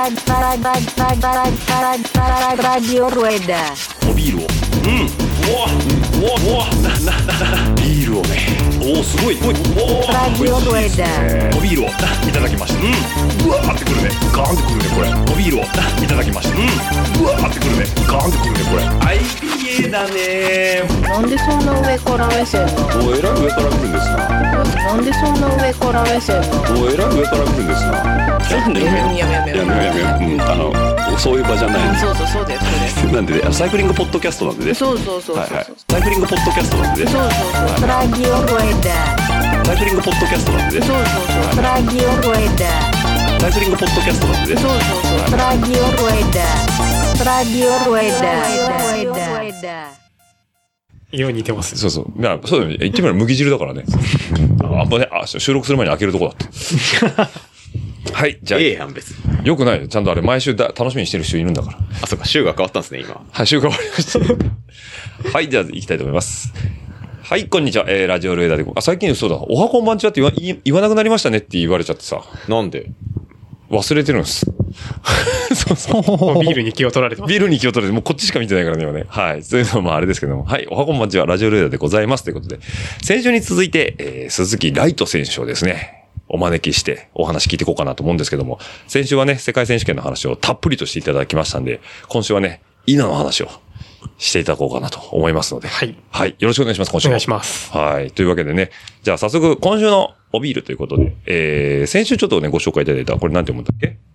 Radio Rueda。 おビールを。ビールをね。おおすごい。 Radio Rueda。 おビールをいただきました。うわーってくるね。ガーンってくるねこれ。おビールをいただきました。うわーってくるね。ガーンってくるねこれ。IPA だね。 なんでそんな上から目線なの？ おえらい上から来るんですな。 なんでそんな上から目線なの？ おえらい上から来るんですな。 やめよう。 そういう場じゃない。 そうだよそれ。 なんでね、サイクリングポッドキャストなんでね。 そう。 はいはい。サイクリングポッドキャストなんでね。 そう。Radio Rueda。 サイクリングポッドキャストなんでね。 そう。Radio Rueda。 サイクリングポッドキャストなんでね。 そう。Radio Rueda。 よう似てます。 そう。まあ、そうだよね。言ってみれば麦汁だからね。あんまね、収録する前に開けるとこだって。はい、じゃあ。 やん別に。 よくないよ。ちゃんとあれ毎週楽しみにしてる人いるんだから。 あ、そうか、週が変わったんですね、今。 はい、週が終わりました。はい、じゃあ行きたいと思います。はい、こんにちは。ラジオルエダで。最近そうだ。おはこんばんちはって言わなくなりましたねって言われちゃってさ。 なんで？ 忘れてるんです。 そう。ビールに気を取られてます。 ビールに気を取られて、もうこっちしか見てないからね、今ね。はい。そういうのもあれですけども。はい。おはこんばんちはラジオルエダでございます。ということで。先週に続いて、鈴木ライト選手をですね、お招きしてお話聞いていこうかなと思うんですけども、先週はね、世界選手権の話をたっぷりとしていただきましたんで、今週はね、稲の話をしていただこうかなと思いますので。 はい。 はい。よろしくお願いします、今週も。 お願いします。 はい。というわけでね、じゃあ早速、今週のおビールということで、先週ちょっとね、ご紹介いただいた、これなんて読むんだっけ？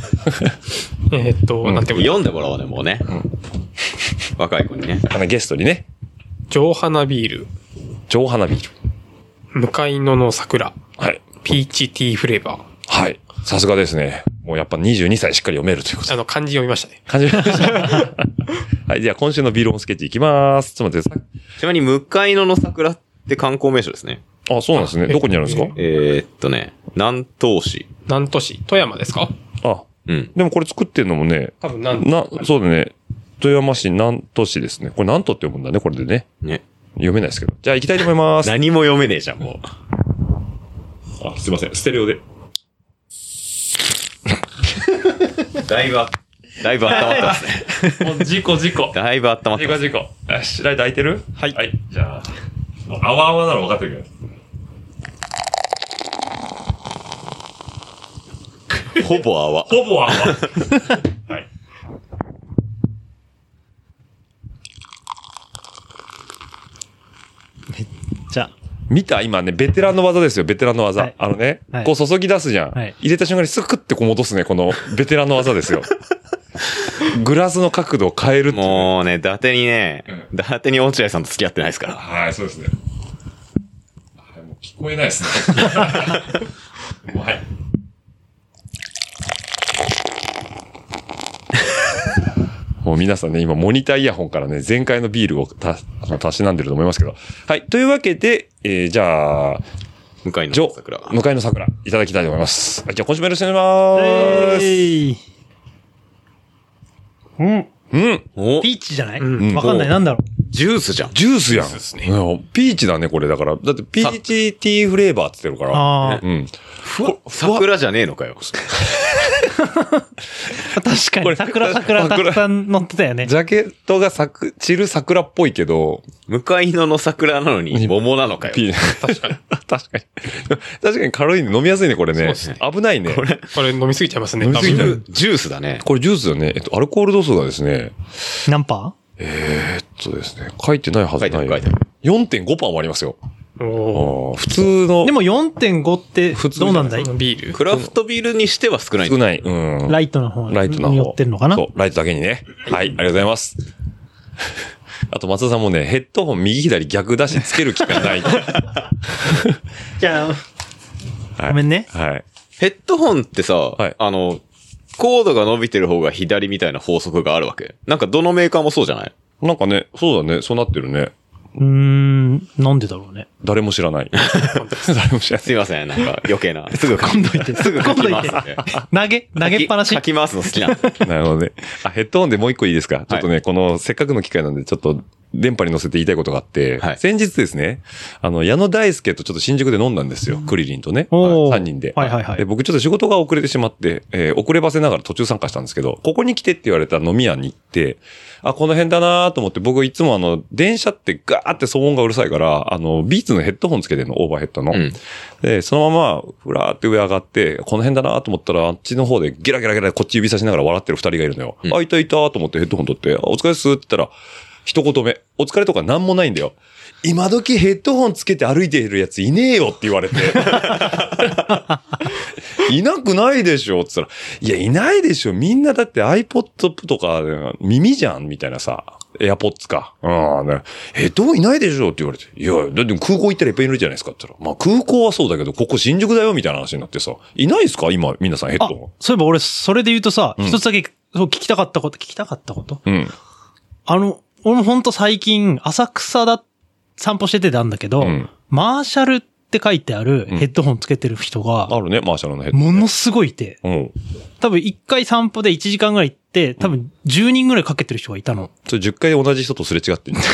なんて読んでもらおうね、もうね。若い子にね。 ゲストにね。 上花ビール。 上花ビール。 向かい野の桜。 はい。 ピーチティーフレーバー。 はい。さすがですね。もうやっぱ22歳しっかり読めるということで。 漢字読みましたね。 漢字読みました。はい。じゃあ今週のビールオンスケッチいきます。ちょっと待ってください。 ちなみに、向かい野の桜って観光名所ですね。 あ、そうなんですね。どこにあるんですか？ 南東市。 南砺市。富山ですか？ あ。 うん。 でもこれ作ってんのもね。 多分そうだね。富山市南砺市ですね。これ南砺って読むんだね、これでね。 ね。 読めないですけど。じゃあ行きたいと思います。 何も読めねえじゃん、もう。 あ、すいません。ステレオで。 だいぶ温まってますね。 もう事故。 だいぶ温まってます。 よし、ライト開いてる？ はい。 はい。じゃあ、もう泡々なら分かってるけど。 ほぼ泡。 はい。 じゃあ。 見た今ね、ベテランの技ですよ、ベテランの技。 はいはい、 こう注ぎ出すじゃん。はい、入れた瞬間にスクってこう戻すね、このベテランの技ですよ。グラスの角度を変えるって、ね。 もうね、伊達に落合さんと付き合ってないですから。 はい、そうですね。もう聞こえないですね。はい。もう皆さんね、今モニターイヤホンからね、前回のビールをたしなんでると思いますけど。はい。というわけで、じゃあ、 向かいの桜。 向かいの桜、いただきたいと思います。じゃあ今週もよろしくお願いします。 ピーチじゃない？わかんない。なんだろう。 ジュースじゃん。 ジュースやん。ピーチだね、これ。だから、だってピーチティーフレーバーって言ってるから。 桜じゃねえのかよ。 確かに。桜たくさん乗ってたよね。 ジャケットが散る桜っぽいけど。 向かい野の桜なのに桃なのかよ。 確かに。確かに軽いね。飲みやすいね、これね。危ないね。 これ飲みすぎちゃいますね。 ジュースだね。 これジュースだね。アルコール度数がですね。 何パー？ ですね。書いてないはずない。 書いてる。 4.5% もありますよ。 普通の。 でも 4.5 ってどうなんだい？ ビール。 クラフトビールにしては少ない。 少ない。 ライトの方に寄ってるのかな？ そう、ライトだけにね。はい、ありがとうございます。あと松田さんもね、ヘッドホン右左逆出しつける機会ない。 じゃあ、ごめんね。 はい。 ヘッドホンってさ、コードが伸びてる方が左みたいな法則があるわけ。なんかどのメーカーもそうじゃない？ なんかね、そうだね、そうなってるね。 なんでだろうね。 誰も知らない。誰も知らない。 すいません、なんか余計な。すぐ書きます。すぐ書きます。 投げっぱなし？ 書き回すの好きなんで。 なるほどね。ヘッドホンでもう一個いいですか？ちょっとね、このせっかくの機会なんで、ちょっと電波に乗せて言いたいことがあって、 はい先日ですね、矢野大輔とちょっと新宿で飲んだんですよ。クリリンとね。 おー 3人で。 はいはいはいで僕ちょっと仕事が遅れてしまって、遅ればせながら途中参加したんですけど、ここに来てって言われた飲み屋に行って、あ、この辺だなと思って、僕いつも電車ってガーって騒音がうるさいから、ビーツのヘッドホンつけてんの、オーバーヘッドの。 うんで、そのまま、ふらーって上上がって、この辺だなと思ったら、あっちの方でゲラゲラゲラこっち指さしながら笑ってる二人がいるのよ。 うんあ、いたいたと思ってヘッドホン取って、あお疲れっすって言ったら、一言目、お疲れとかなんもないんだよ。今時ヘッドホンつけて歩いているやついねえよって言われて。いなくないでしょって言ったら、いや、いないでしょ。みんなだって iPod とか耳じゃんみたいなさ。AirPods か。ね、ヘッドホンいないでしょって言われて。いや、だって空港行ったらいっぱいいるじゃないですかって言ったら。まあ空港はそうだけど、ここ新宿だよみたいな話になってさ。いないですか今、皆さんヘッあドホン。、 そういえば俺、それで言うとさ、 うん一つだけ、そう聞きたかったことうん。 俺もほんと最近、浅草散歩しててなんだけど、 うんマーシャルって書いてあるヘッドホンつけてる人が、 あるね、マーシャルのヘッドホンね。 ものすごいいて、 うん。 多分1回散歩で1時間ぐらい行って、多分10人ぐらいかけてる人がいたの。 それ10回同じ人とすれ違ってんじ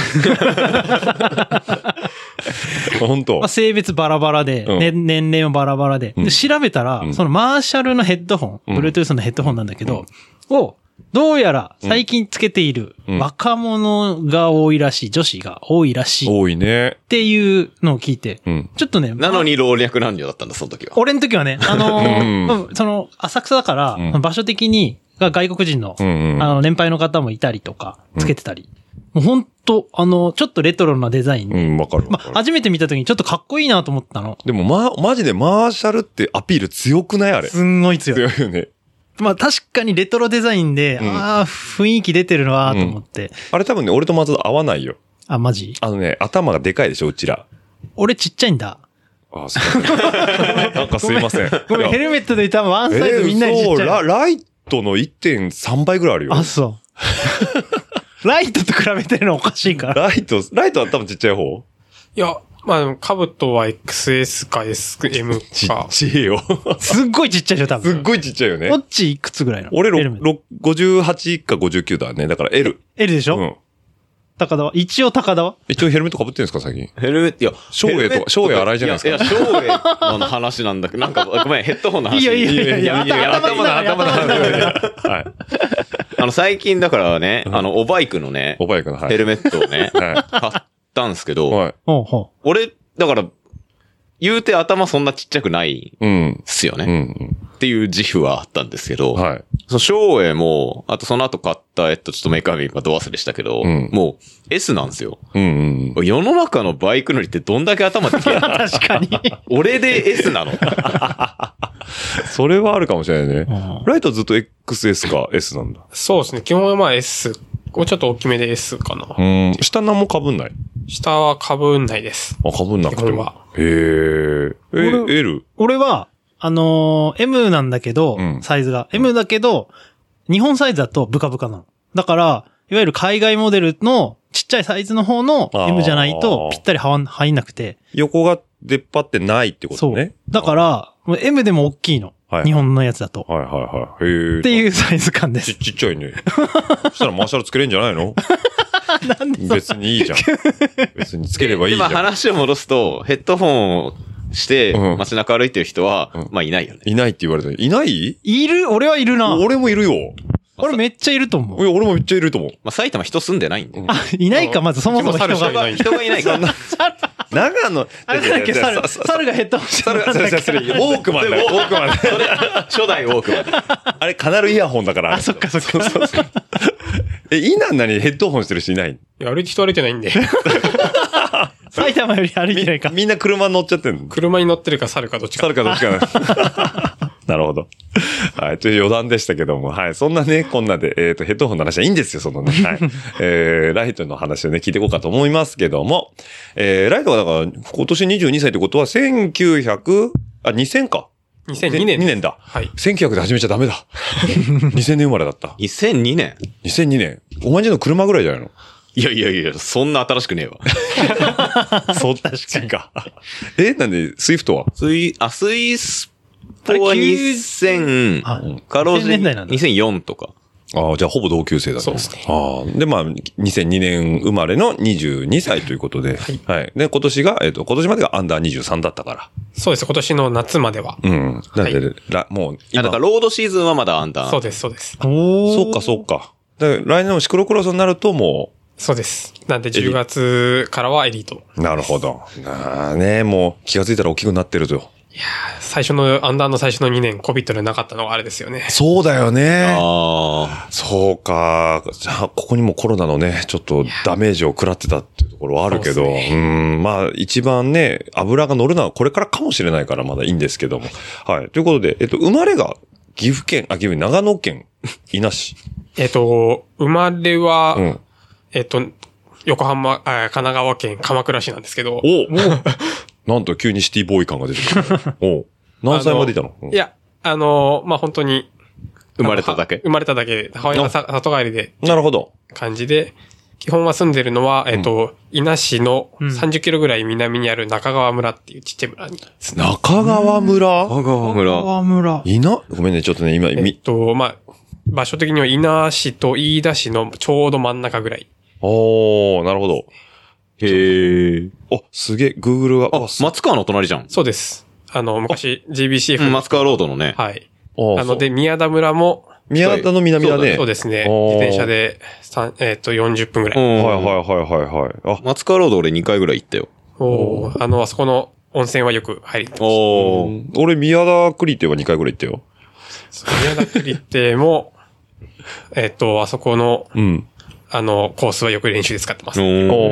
ゃん。本当まあ、性別バラバラで、 うん年齢もバラバラで、 うんで調べたら、 うんそのマーシャルのヘッドホン、 うん Bluetooth のヘッドホンなんだけど、を、どうやら最近つけているうん若者が多いらしい、女子が多いらしいっ多いね。 ていうのを聞いて、 うん。 ちょっとね、 なのに老若男女だったんだ、その時は。 俺の時はね、その、浅草だから、 うん場所的に、外国人の、 うんうん。 年配の方もいたりとか、つけてたり。もうほんと、ちょっとレトロなデザインで。 うん、わかるわまかる。 初めて見た時にちょっとかっこいいなと思ったの。 でもマジでマーシャルってアピール強くないあれ。 すんごい強い。 強いよね。 確かにレトロデザインで、 うん雰囲気出てるなと思って。 あれ多分ね、俺と松田合わないよ。 マジ頭がでかいでしょ、うちら。 俺ちっちゃいんだ。 あ、すいません。なんかすいません。 ごめん、ヘルメットで多分ワンサイズみんなにちっそうちゃい。 ライトの 1.3 倍ぐらいあるよ。 そう。ライトと比べてるのおかしいから。 ライトは多分ちっちゃい方いや、まあでも、カブトは XS か SM ちっか。 ちゃいよ。 すっごいちっちゃいでしょ、多分。 すっごいちっちゃいよねこ。っちいくつぐらいなの俺ヘルメット 58か59だね。だから L。 L でしょ、 うん。 高田は一応高田は一応ヘルメット被ってるんですか、最近。 ヘルメット、いや、 照英とかヘルメット照英荒いじゃないですかいや、照英の話なんだけど、なんか、ごめん、ヘッドホンの話。 いや頭はい。 最近だからね、おバイクのね、 おバイクの、はい。 ヘルメットをね、 は買ったんですけど、 はい。 ほうほ俺、だから、言うて頭そんなちっちゃくないんうん。 すよね。 うん。 っていう自負はあったんですけど、 はい。 そう、照英も、あとその後買った、ちょっとメーカー名がど忘れしたけど、 うんもう S なんですよ。 うん。 世の中のバイク乗りってどんだけ頭できるう。確かに。 俺で S なのそれはあるかもしれないねうん。 ライトずっと XS か S なんだ。 そうですね。基本はまあ S。ちょっと大きめで S かな。 下何も被んない。 下は被んないです。 あ、被んなくても基本は。 へえ。L? 俺は、M なんだけど、 うんサイズが。M だけど、日本サイズだとブカブカなの。だから、いわゆる海外モデルのちっちゃいサイズの方のあー M じゃないとぴったり入んなくて。 横が出っ張ってないってことそう。 ね。 だから、もう M でも大きいの。 はい日本のやつだと。 はいはいはい。へえ。 っていうサイズ感です。 ちっちゃいね。そしたらマーシャルつけれんじゃないの別にいいじゃん。別につければいいじゃ今ん。 話を戻すと、ヘッドホンをしてうん街中歩いてる人は、 うんまあいないよね。 いないって言われた。いない俺はいるな。 俺もいるよ。 俺めっちゃいると思う。 いや、俺もめっちゃいると思う。 まあ埼玉人住んでないんで。 いないか、まずそもそも人が。 うちも猿しかいない人がいないから。 長野、 あれなんだっけ、猿がヘッドホンしてる。 それ、ウォークマンだよ。ウォークマン。 それ、初代多くまで。 あれ、カナルイヤホンだから。 あ、そっかそっか。 イナンナにヘッドホンしてる人いないいや、人歩いてないんで。 埼玉より歩いてないか。 みんな車乗っちゃってんの。 車に乗ってるか猿かどっちか。 猿かどっちかな。なるほど。はい。という余談でしたけども、はい。そんなね、こんなで、ヘッドホンの話はいいんですよ、そのね。はい。ライトの話をね、聞いていこうかと思いますけども、ライトはだから、今年22歳ってことは、2000か。 2002年。 2年だ。 はい。 1900で始めちゃダメだ。2000年生まれだった。 2002年 2002年。お前んちの車ぐらいじゃないのいや、そんな新しくねえわ。 そっちか。なんで、スイフトはスイスポは2000、 あかろうじ 2000年代なんだ 2004とか。 ああ、じゃあほぼ同級生だね。 そうですね。 ああ。で、まあ、2002年生まれの22歳ということで。はい。で、今年が、今年までがアンダー23だったから。 そうです。今年の夏までは。 うん。なので、もうだからロードシーズンはまだアンダー。 そうです、そうです。 そっか、そっか。で、来年のシクロクロスになるともう、 そうです。なんで10月からはエリート。 なるほど。もう気がついたら大きくなってると。 いや最初の、アンダーの最初の2年、COVID でなかったのがあれですよね。 そうだよね。 ああ。 そうか。じゃあ、ここにもコロナのね、ちょっとダメージを食らってたっていうところはあるけど、まあ、一番ね、油が乗るのはこれからかもしれないからまだいいんですけども。はい。ということで、生まれが岐阜県、長野県、伊那市。 生まれは、横浜、神奈川県鎌倉市なんですけど。 なんと急にシティボーイ感が出てくる。何歳までいたの？ いや、まあ、本当に。 生まれただけ生まれただけで、母親が里帰りで。 なるほど。 感じで、基本は住んでるのは、伊那市の30キロぐらい南にある中川村っていうちっちゃい村に。 中川村？ 中川村。 ごめんね、ちょっとね、今、 まあ、場所的には伊那市と飯田市のちょうど真ん中ぐらい。 なるほど。 へえ。 すげえ、Google が。 松川の隣じゃん。 そうです。昔 GBCF。 松川ロードのね。 はい。で、宮田村も。 宮田の南だね。 そうですね。自転車で、40分ぐらい。 はい。 松川ロード俺2回ぐらい行ったよ。 あそこの温泉はよく入りました。 俺、宮田クリテは2回ぐらい行ったよ。 宮田クリテも、あそこの、コースはよく練習で使ってます。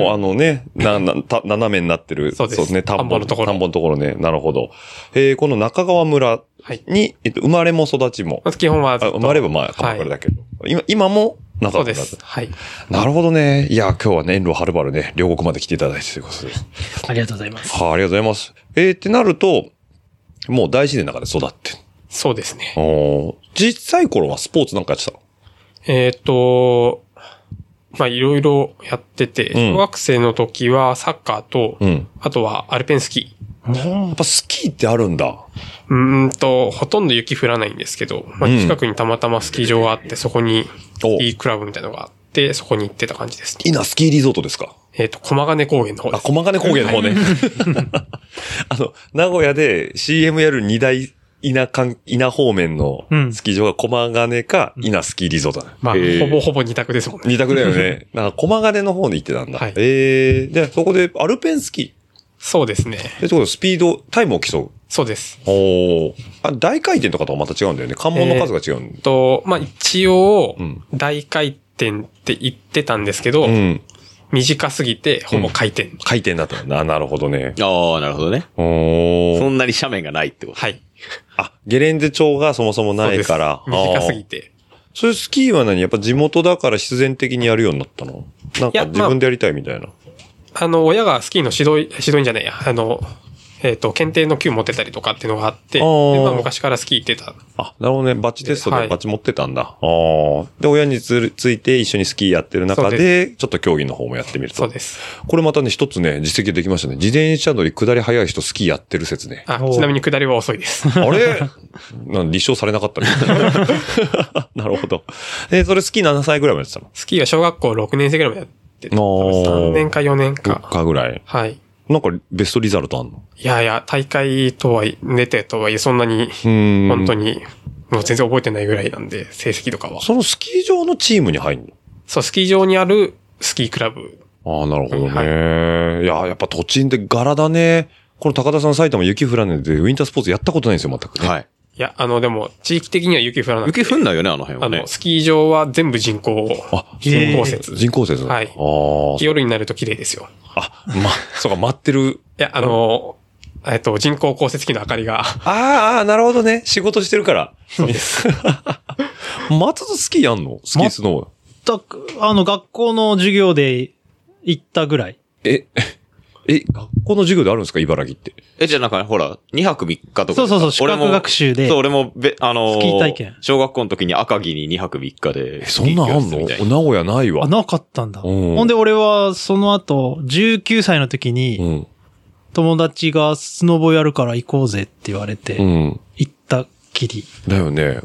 斜めになってる。そうですね。田んぼのところね。なるほど。この中川村に、生まれも育ちも。 基本は。 生まれはまあ、鎌倉だけど。今も中川村。 そうです。はい。 なるほどね。いや、今日はね、遠路はるばるね、両国まで来ていただいてということで。 ありがとうございます。 ありがとうございます。ってなると、もう大自然の中で育って。 そうですね。 小さい頃はスポーツなんかやってたの？ まあ、いろいろやってて、小学生の時はサッカーと、あとはアルペンスキー。やっぱスキーってあるんだ。 ほとんど雪降らないんですけど、まあ、近くにたまたまスキー場があって、そこに、スキークラブみたいなのがあって、そこに行ってた感じですね。 伊那スキーリゾートですか？ 駒ヶ根高原の方です。 駒ヶ根高原の方ね。名古屋で CM やる2大伊那方面のスキー場が駒ヶ根か伊那スキーリゾートだね。 まあ、ほぼ二択ですもんね。 二択だよね。なんか駒ヶ根の方に行ってたんだ。で、そこでアルペンスキー。 そうですね。 スピード、タイムを競う。 そうです。 大回転とかとはまた違うんだよね。関門の数が違うんだ。 まあ、一応、大回転って言ってたんですけど、短すぎて、ほぼ回転。 回転だったんだ。なるほどね。 なるほどね。そんなに斜面がないってこと。 はい。 ゲレンデ調がそもそもないから。 短すぎて。 それスキーは何？やっぱ地元だから必然的にやるようになったの？なんか自分でやりたいみたいな。 親がスキーの指導じゃないや、検定の級持ってたりとかっていうのがあって、まあ昔からスキー行ってた。 なるほどね。バッチテストでバッチ持ってたんだ。で、親について一緒にスキーやってる中で、ちょっと競技の方もやってみると。 そうです。 これまたね、一つね、実績できましたね。自転車乗り下り速い人スキーやってる説ね。 ちなみに下りは遅いです。 あれ立証されなかったみたいな。なるほど。それスキー何歳ぐらいまでやってたの？ スキーは小学校6年生ぐらいまでやってた。3年か4年か。 ぐらい。 はい。 なんかベストリザルトあんの？ いや、大会とは、出てとはいえ、そんなに、本当に、もう全然覚えてないぐらいなんで、成績とかは。 そのスキー場のチームに入るの？ そう、スキー場にあるスキークラブ。 なるほどね。やっぱ土地で柄だね。この高田さん埼玉雪降らねえで、ウィンタースポーツやったことないんですよ、全くね。 はい。いや、でも、地域的には雪降らない。 雪降んないよね、あの辺はね。 スキー場は全部人工降雪。 人工雪。 はい。夜になると綺麗ですよ。 そうか、待ってる。 いや、人工降雪機の明かりが。 なるほどね。仕事してるから。 そうです。 松戸スキーやんの？スキースノー。 学校の授業で行ったぐらい。 学校の授業であるんですか？茨城って。 じゃあなんかね、ほら、2泊3日とか。 そう、宿泊学習で。 そう、俺も、スキー体験。 小学校の時に赤城に2泊3日で。 そんなんあんの？名古屋ないわ。 なかったんだ。ほんで俺は、その後、19歳の時に、友達がスノボやるから行こうぜって言われて、行ったきり。 だよね。こっち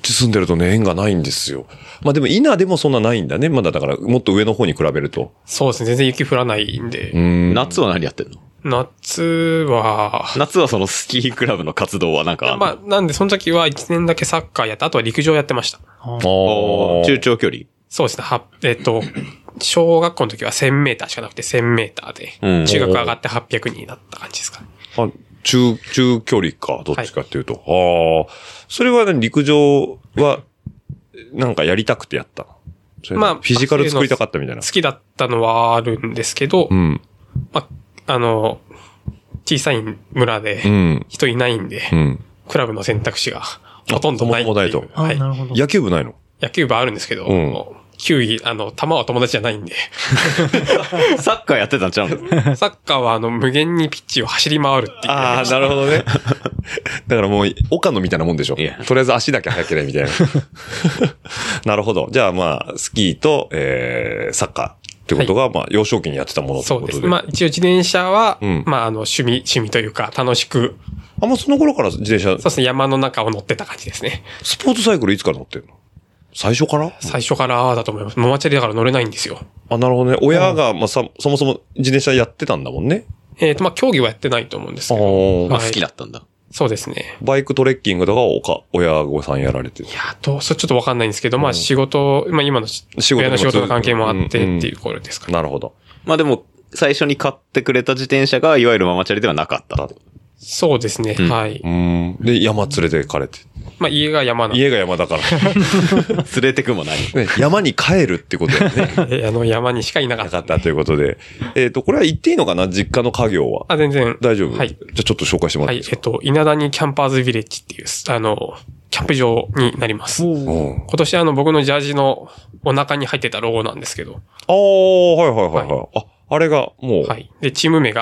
ち住んでるとね、縁がないんですよ。まあでも稲でもそんなないんだね。まだだからもっと上の方に比べると。 そうですね。全然雪降らないんで。 夏は何やってんの？ 夏はそのスキークラブの活動はなんかまあ、なんでその時は1年だけサッカーやって、あとは陸上やってました。 中長距離？ そうですね。小学校の時は1000メーターしかなくて1000メーターで、中学上がって800になった感じですかね。 中距離か、どっちかっていうと。はい、それはね、陸上は、なんかやりたくてやったの？まあ、フィジカル作りたかったみたいな。 好きだったのはあるんですけど、まあ、小さい村で、人いないんで、クラブの選択肢がほとんどないっていう。 ないと。 はい。 なるほど。 野球部ないの？ 野球部あるんですけど、球技、球は友達じゃないんで。 サッカーやってたんちゃうの？ サッカーは無限にピッチを走り回るっていう。 ああ、なるほどね。だからもう、岡野みたいなもんでしょ。とりあえず足だけ速ければみたいな。なるほど。じゃあまあ、スキーと、サッカーってことが、まあ、幼少期にやってたものってことで。 そうです。まあ、一応自転車は、まあ、趣味というか、楽しく。 もうその頃から自転車？ そうですね。山の中を乗ってた感じですね。 スポーツサイクルいつから乗ってんの？最初からだと思います。ママチャリだから乗れないんですよ。 なるほどね。親が、まあ、そもそも自転車やってたんだもんね。 まあ、競技はやってないと思うんですけど。 好きだったんだ。 そうですね。 バイクトレッキングとか親御さんやられてる？ いや、それちょっとわかんないんですけど、まあ仕事、まあ今の親の仕事の関係もあってっていうところですかね。 なるほど。 まあでも、最初に買ってくれた自転車が、いわゆるママチャリではなかった。 そうですね。はい。 で、山連れてかれて。 まあ家が山だから。 連れてくも何ね、山に帰るってことだよね。山にしかいなかった。 なかったということで。これは言っていいのかな？実家の家業は。 全然。 大丈夫？ はい。 じゃあちょっと紹介してもらっていいですか？ 稲田にキャンパーズビレッジっていう、キャンプ場になります。今年僕のジャージのお腹に入ってたロゴなんですけど。 はい。あれがもう。 はい。で、チーム名が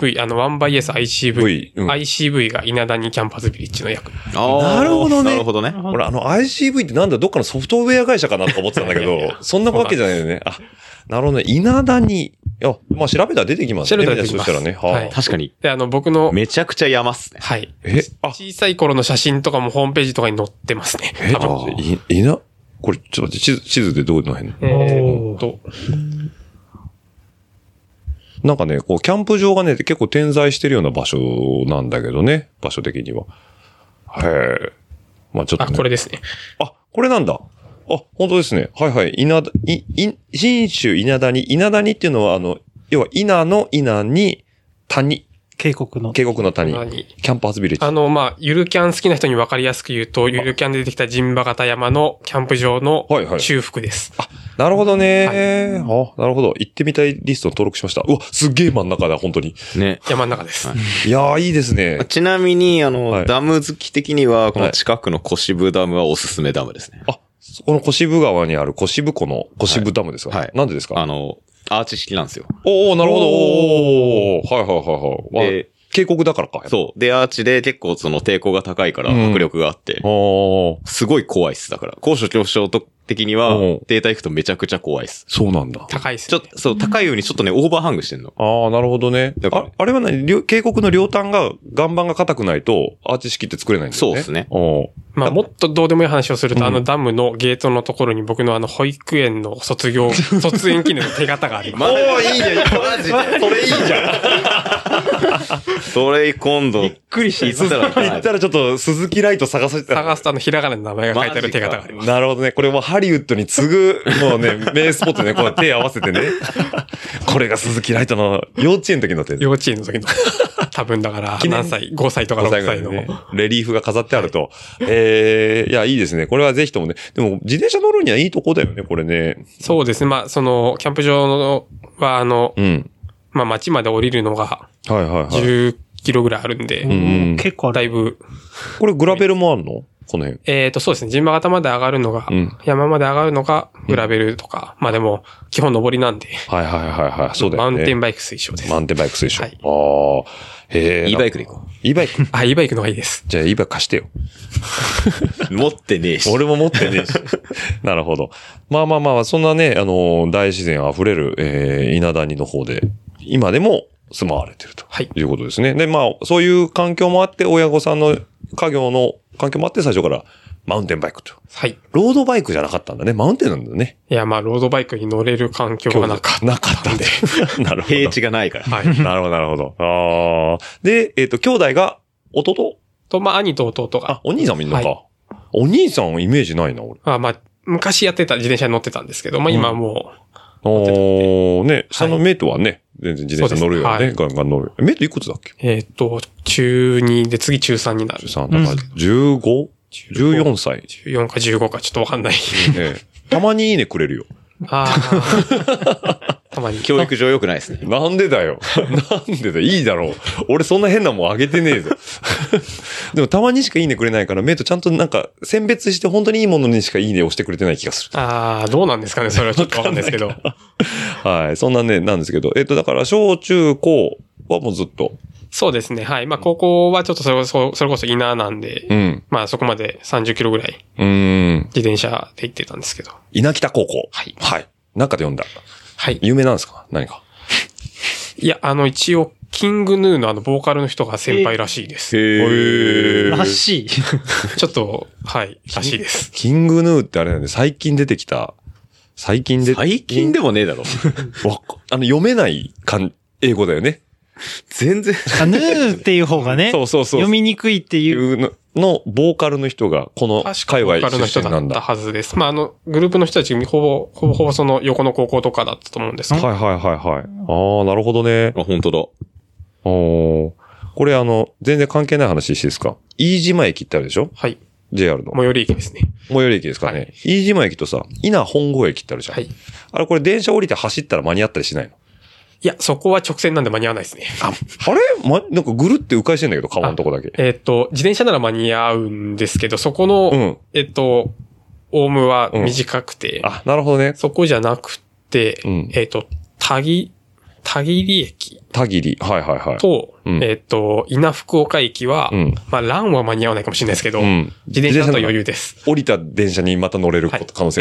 ICV、1BSICV。ICV が稲田にキャンパーズビレッジの役。 なるほどね。 なるほどね。 俺ICV ってなんだ、どっかのソフトウェア会社かなとか思ってたんだけど、そんなわけじゃないよね。なるほどね。稲田に、まあ調べたら出てきますね。 調べたら出てきます。 そしたらね。 はい。確かに。 で、僕の。 めちゃくちゃ山っすね。 はい。小さい頃の写真とかもホームページとかに載ってますね。 これ、ちょっと待って、地図でどうの辺なんかね、キャンプ場がね、結構点在してるような場所なんだけどね。場所的には。まあちょっと、 これですね。 これなんだ。本当ですね。はい。信州稲田にっていうのは、要は稲の稲に谷。 渓谷の谷。キャンパーズビレッジ。 まあ、ゆるキャン好きな人に分かりやすく言うと、ゆるキャンで出てきた陣馬形山のキャンプ場の中腹です。 なるほどね。なるほど。行ってみたいリスト登録しました。うわ、すっげえ真ん中だ、本当に。 ね。山の中です。 いやー、いいですね。 ちなみに、ダム好き的には、この近くの小渋ダムはおすすめダムですね。 この小渋川にある小渋湖の小渋ダムですか？なんでですか？ アーチ式なんですよ。 なるほど。はい。渓谷だからか。 そう。で、アーチで結構その抵抗が高いから迫力があって、すごい怖いっす。だから、高所恐怖症的には、データ行くとめちゃくちゃ怖いっす。 そうなんだ。 高いっす、ね。 高いようにちょっとね、オーバーハングしてんの。 なるほどね。あれはね、渓谷の両端が、岩盤が硬くないと、アーチ式って作れないんだよね。 そうですね。 まあ、もっとどうでもいい話をすると、ダムのゲートのところに僕の保育園の卒園記念の手形があります。 いいね。マジで。それいいじゃん。 それ今度。びっくりした。 行ったらちょっと鈴木ライト探すとひらがなの名前が書いてある手形があります。 なるほどね。これもハリウッドに次ぐ、もうね、名スポットでこう手合わせてね。これが鈴木ライトの幼稚園の時の手。 幼稚園の時の。多分だから何歳 ?5 歳とか6歳の。 レリーフが飾ってあると。いや、いいですね。これはぜひともね。でも、自転車乗るにはいいとこだよね、これね。 そうですね。まあ、キャンプ場はまあ、街まで降りるのが、10キロぐらいあるんで、 結構だいぶ。 これグラベルもあるの？この辺。 そうですね。陣馬形まで上がるのが、山まで上がるのが、グラベルとか、まあでも、基本登りなんで。 そうだよね。 マウンテンバイク推奨です。 マウンテンバイク推奨。 E バイクで行こう。 E バイク E バイクの方がいいです。 じゃあ E バイク貸してよ。 持ってねえし。 俺も持ってねえし。なるほど。まあ、そんなね、大自然あふれる、稲谷の方で、今でも住まわれてると。いうことですね。で、まあ、そういう環境もあって、親御さんの家業の環境もあって、最初からマウンテンバイクと。 はい。 ロードバイクじゃなかったんだね。マウンテンなんだね。 いや、まあ、ロードバイクに乗れる環境がなかった。 なかったんで。なるほど。 平地がないから。 はい。 なるほど、なるほど。ああ。で、兄弟が、弟と、まあ、兄と弟が。 あ、お兄さんもいんのか。 はお兄さんイメージないな、俺。 まあ、昔やってた自転車に乗ってたんですけど、まあ、今はもう、 おー、ね、下のメイトはね、全然自転車乗るよね。ガンガン乗る。メイトいくつだっけ中2で次中3になる。 中3。だから 15?14 歳。 14か15かちょっとわかんない。 ねたまにいいねくれるよ。 ああ。たまに。 教育上良くないですね。 なんでだよ。なんでだよ。いいだろう。俺そんな変なもんあげてねえぞ。でもたまにしかいいねくれないから、メイトちゃんとなんか選別して本当にいいものにしかいいねをしてくれてない気がする。 ああ、どうなんですかね。それはちょっとわかんないですけど。 はい。そんなね、なんですけど。だから小中高はもうずっと。 そうですね。はい。まあ、高校はちょっとそれこそ稲なんで、 うん。 まあ、そこまで30キロぐらい、自転車で行ってたんですけど。 稲北高校。 はい。 はい。なんかで読んだ。 はい。 有名なんですか何か。 いや、一応、キングヌーのボーカルの人が先輩らしいです。 へらしい。 ちょっと、はい、らしいです。 キングヌーってあれなんで、最近出てきた。最近でもねえだろ。 読めない英語だよね。 全然。 ヌーっていう方がね。 そう。 読みにくいっていうのボーカルの人が、この界隈出身なんだ。 ボーカルの人だったはずです。まあ、グループの人たち、ほぼその横の高校とかだったと思うんですけど。 はい。ああ、なるほどね。 あ、本当だ。 これ全然関係ない話していいですか？飯島駅ってあるでしょ？ はい。 JR の。 最寄り駅ですね。 最寄り駅ですかね。はい、飯島駅とさ、稲本郷駅ってあるじゃん。はい。あれこれ電車降りて走ったら間に合ったりしないの？ いや、そこは直線なんで間に合わないですね。 あれなんかぐるって迂回してんだけど、川のとこだけ。 自転車なら間に合うんですけど、そこの、オウムは短くて。 あ、なるほどね。 そこじゃなくて、田切駅。 田切。はい。 と、稲福岡駅は、まあ、ランは間に合わないかもしれないですけど、自転車だと余裕です。 降りた電車にまた乗れる可能性。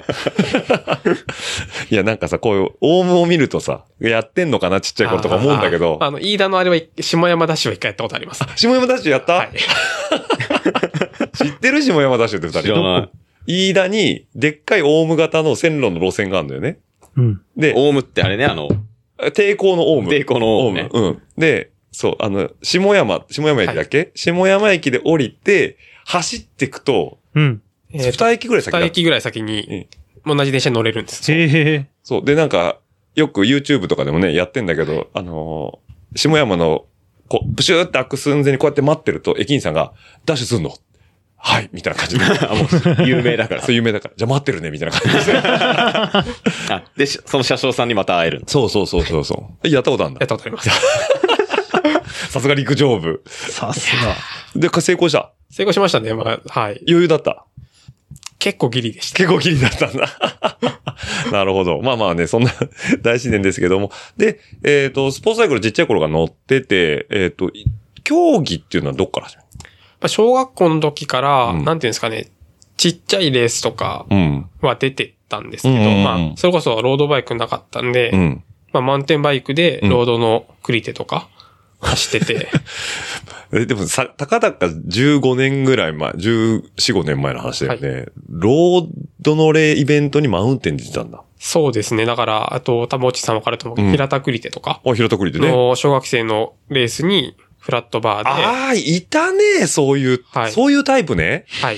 いや、なんかさ、こういう、オウムを見るとさ、やってんのかな、ちっちゃい頃とか思うんだけど。 飯田のあれは、下山ダッシュは一回やったことあります。 下山ダッシュやった？はい。知ってる？下山ダッシュって二人。飯田に、でっかいオウム型の線路の路線があるんだよね。 うん。 で、オウムってあれね、 抵抗のオウム。 抵抗のオウムね。 うん。で、そう、下山駅だっけ？下山駅で降りて、走っていくと、二駅ぐらい先だ。 二駅ぐらい先に、同じ電車に乗れるんです。 そう。で、なんか、よく YouTube とかでもね、やってんだけど、下山の、プシューって開く寸前にこうやって待ってると、駅員さんが、ダッシュすんの？はい、みたいな感じで。 もう、有名だから。 そう、有名だから。じゃあ待ってるね、みたいな感じで。その車掌さんにまた会える。 そう。やったことあるんだ。 やったことあります。 さすが陸上部。 さすが。 で、成功した。 成功しましたね。まあ、はい。 余裕だった。 結構ギリでした。 結構ギリだったんだ。なるほど。まあまあね、そんな大自然ですけども。で、スポーツサイクルちっちゃい頃が乗ってて、競技っていうのはどっから始める？ 小学校の時から、なんていうんですかね、ちっちゃいレースとかは出てたんですけど、まあ、それこそロードバイクなかったんで、まあ、マウンテンバイクでロードのクリテとか走ってて。 でもたかだか15年ぐらい前、14、15年前の話だよね。はい、ロードのイベントにマウンテン出てたんだ。 そうですね。だから、あと、多分おちさんわかると思うけど、平田クリテとか。 平田クリテね。 小学生のレースに、フラットバーで。 ああ、いたね、そういう、そういうタイプね。 はい。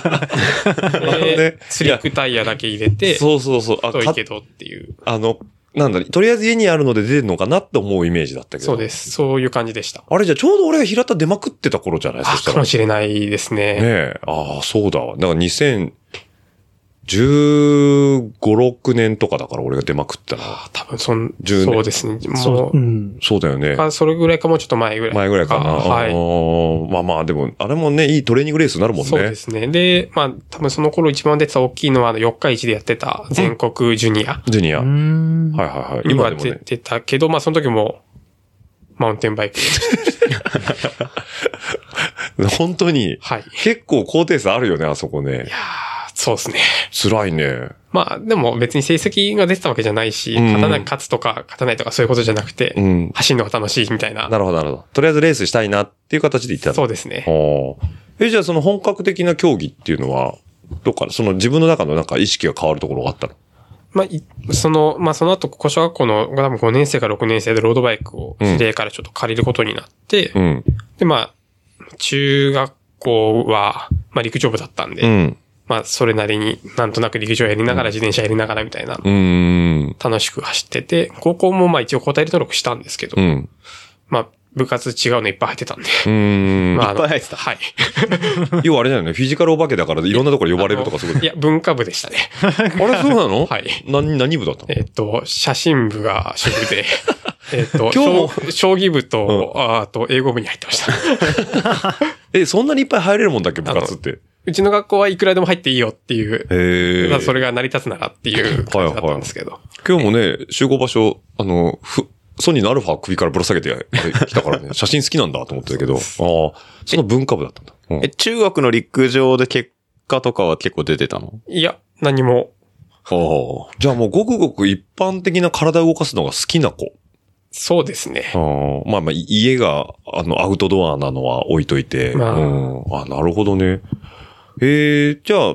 スリックタイヤだけ入れて。 そう。 太いけどっていう。 なんだ、とりあえず家にあるので出てるのかなって思うイメージだったけど。 そうです。そういう感じでした。 あれじゃあちょうど俺が平田出まくってた頃じゃないですか。 かもしれないですね。 ねえ。ああ、そうだわ。だから2015、6年とかだから俺が出まくったの。 多分そうですね。もう、 そうだよね。 それぐらいかもうちょっと前ぐらい。 前ぐらいかな。はい。まあまあ、でも、あれもね、いいトレーニングレースになるもんね。 そうですね。で、まあ、多分その頃一番出てた大きいのは、四日市でやってた全国ジュニア。 ジュニア。はい。 今でも出てたけど、まあその時も、マウンテンバイクで。本当に。 はい。 結構高低差あるよね、あそこね。 いやー、そうですね。 辛いね。 まあ、でも別に成績が出てたわけじゃないし、勝つとか勝たないとかそういうことじゃなくて、走るのが楽しいみたいな。 なるほど、なるほど。とりあえずレースしたいなっていう形で言ってた。 そうですね。 じゃあその本格的な競技っていうのは、どっかその自分の中のなんか意識が変わるところがあったの？ まあ、その後、小学校の多分5年生か6年生でロードバイクを知り合いからちょっと借りることになって、で、まあ、中学校は、まあ陸上部だったんで、まあそれなりになんとなく陸上やりながら自転車やりながらみたいな、楽しく走ってて、高校もまあ一応個体登録したんですけど、まあ部活違うのいっぱい入ってたんで。 まあ、いっぱい入ってた。 はい。 要はあれだよね。フィジカルお化けだからいろんなところ呼ばれるとかすごい。 いや、文化部でしたね。 あれそうなの？ はい。 何部だったの？ 写真部が主部で、将棋部と、あと英語部に入ってました。 そんなにいっぱい入れるもんだっけ、部活って。 うちの学校はいくらでも入っていいよっていう。それが成り立つならっていう感じだったんですけど。 今日もね、集合場所、ソニーのアルファ首からぶら下げて来たからね、写真好きなんだと思ってたけど、その文化部だったんだ。 中学の陸上で結果とかは結構出てたの？ いや、何も。 じゃあもうごくごく一般的な体を動かすのが好きな子。 そうですね。 まあまあ、家が、アウトドアなのは置いといて。なるほどね。じゃあ、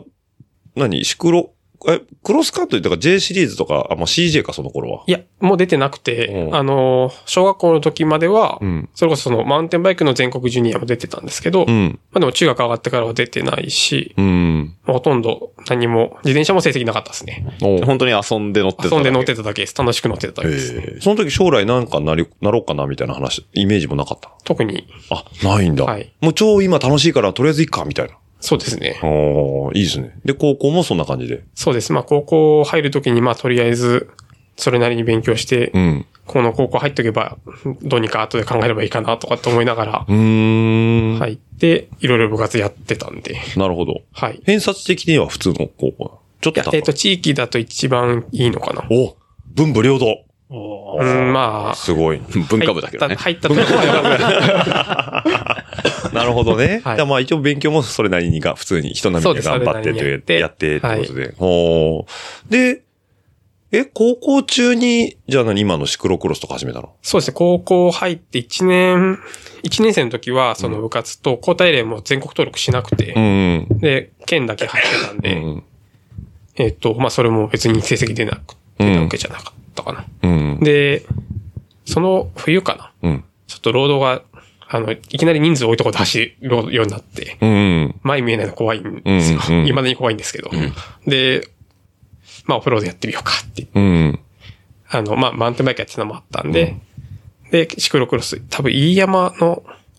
クロスカントリーとか J シリーズとか、まあ、CJ か、その頃は。 いや、もう出てなくて、小学校の時までは、それこそマウンテンバイクの全国ジュニアも出てたんですけど、まあでも中学上がってからは出てないし、ほとんど何も、自転車も成績なかったですね。 本当に遊んで乗ってただけ。 遊んで乗ってただけです。楽しく乗ってただけです。 その時将来なんかなろうかなみたいな話、イメージもなかった？ 特に。 ないんだ。 はい。 もう超今楽しいからとりあえずいっか、みたいな。 そうですね。 いいですね。で、高校もそんな感じで。 そうです。まあ、高校入るときに、まあ、とりあえず、それなりに勉強して、この高校入っとけば、どうにか後で考えればいいかなとかって思いながら、入って、いろいろ部活やってたんで。 なるほど。 はい。 偏差値的には普通の高校？ちょっと地域だと一番いいのかな。 文武両道。 まあ。 すごい。 文化部だけどね。 入ったとこはなるほどね。はい、まあ一応勉強もそれなりに普通に人並みに頑張ってやってってことで。で、高校中に、じゃあ今のシクロクロスとか始めたの？ そうですね。高校入って1年生の時は、その部活と交代例も全国登録しなくて、で、県だけ入ってたんで、まあそれも別に成績出なくてわけじゃなかったかな。で、その冬かな。ちょっとロードが、いきなり人数多いところで走るようになって、前見えないの怖いんですよ。未だに怖いんですけど。で、まあオフロードやってみようかって。まあマウンテンバイクやってたのもあったんで、で、シクロクロス、多分飯山の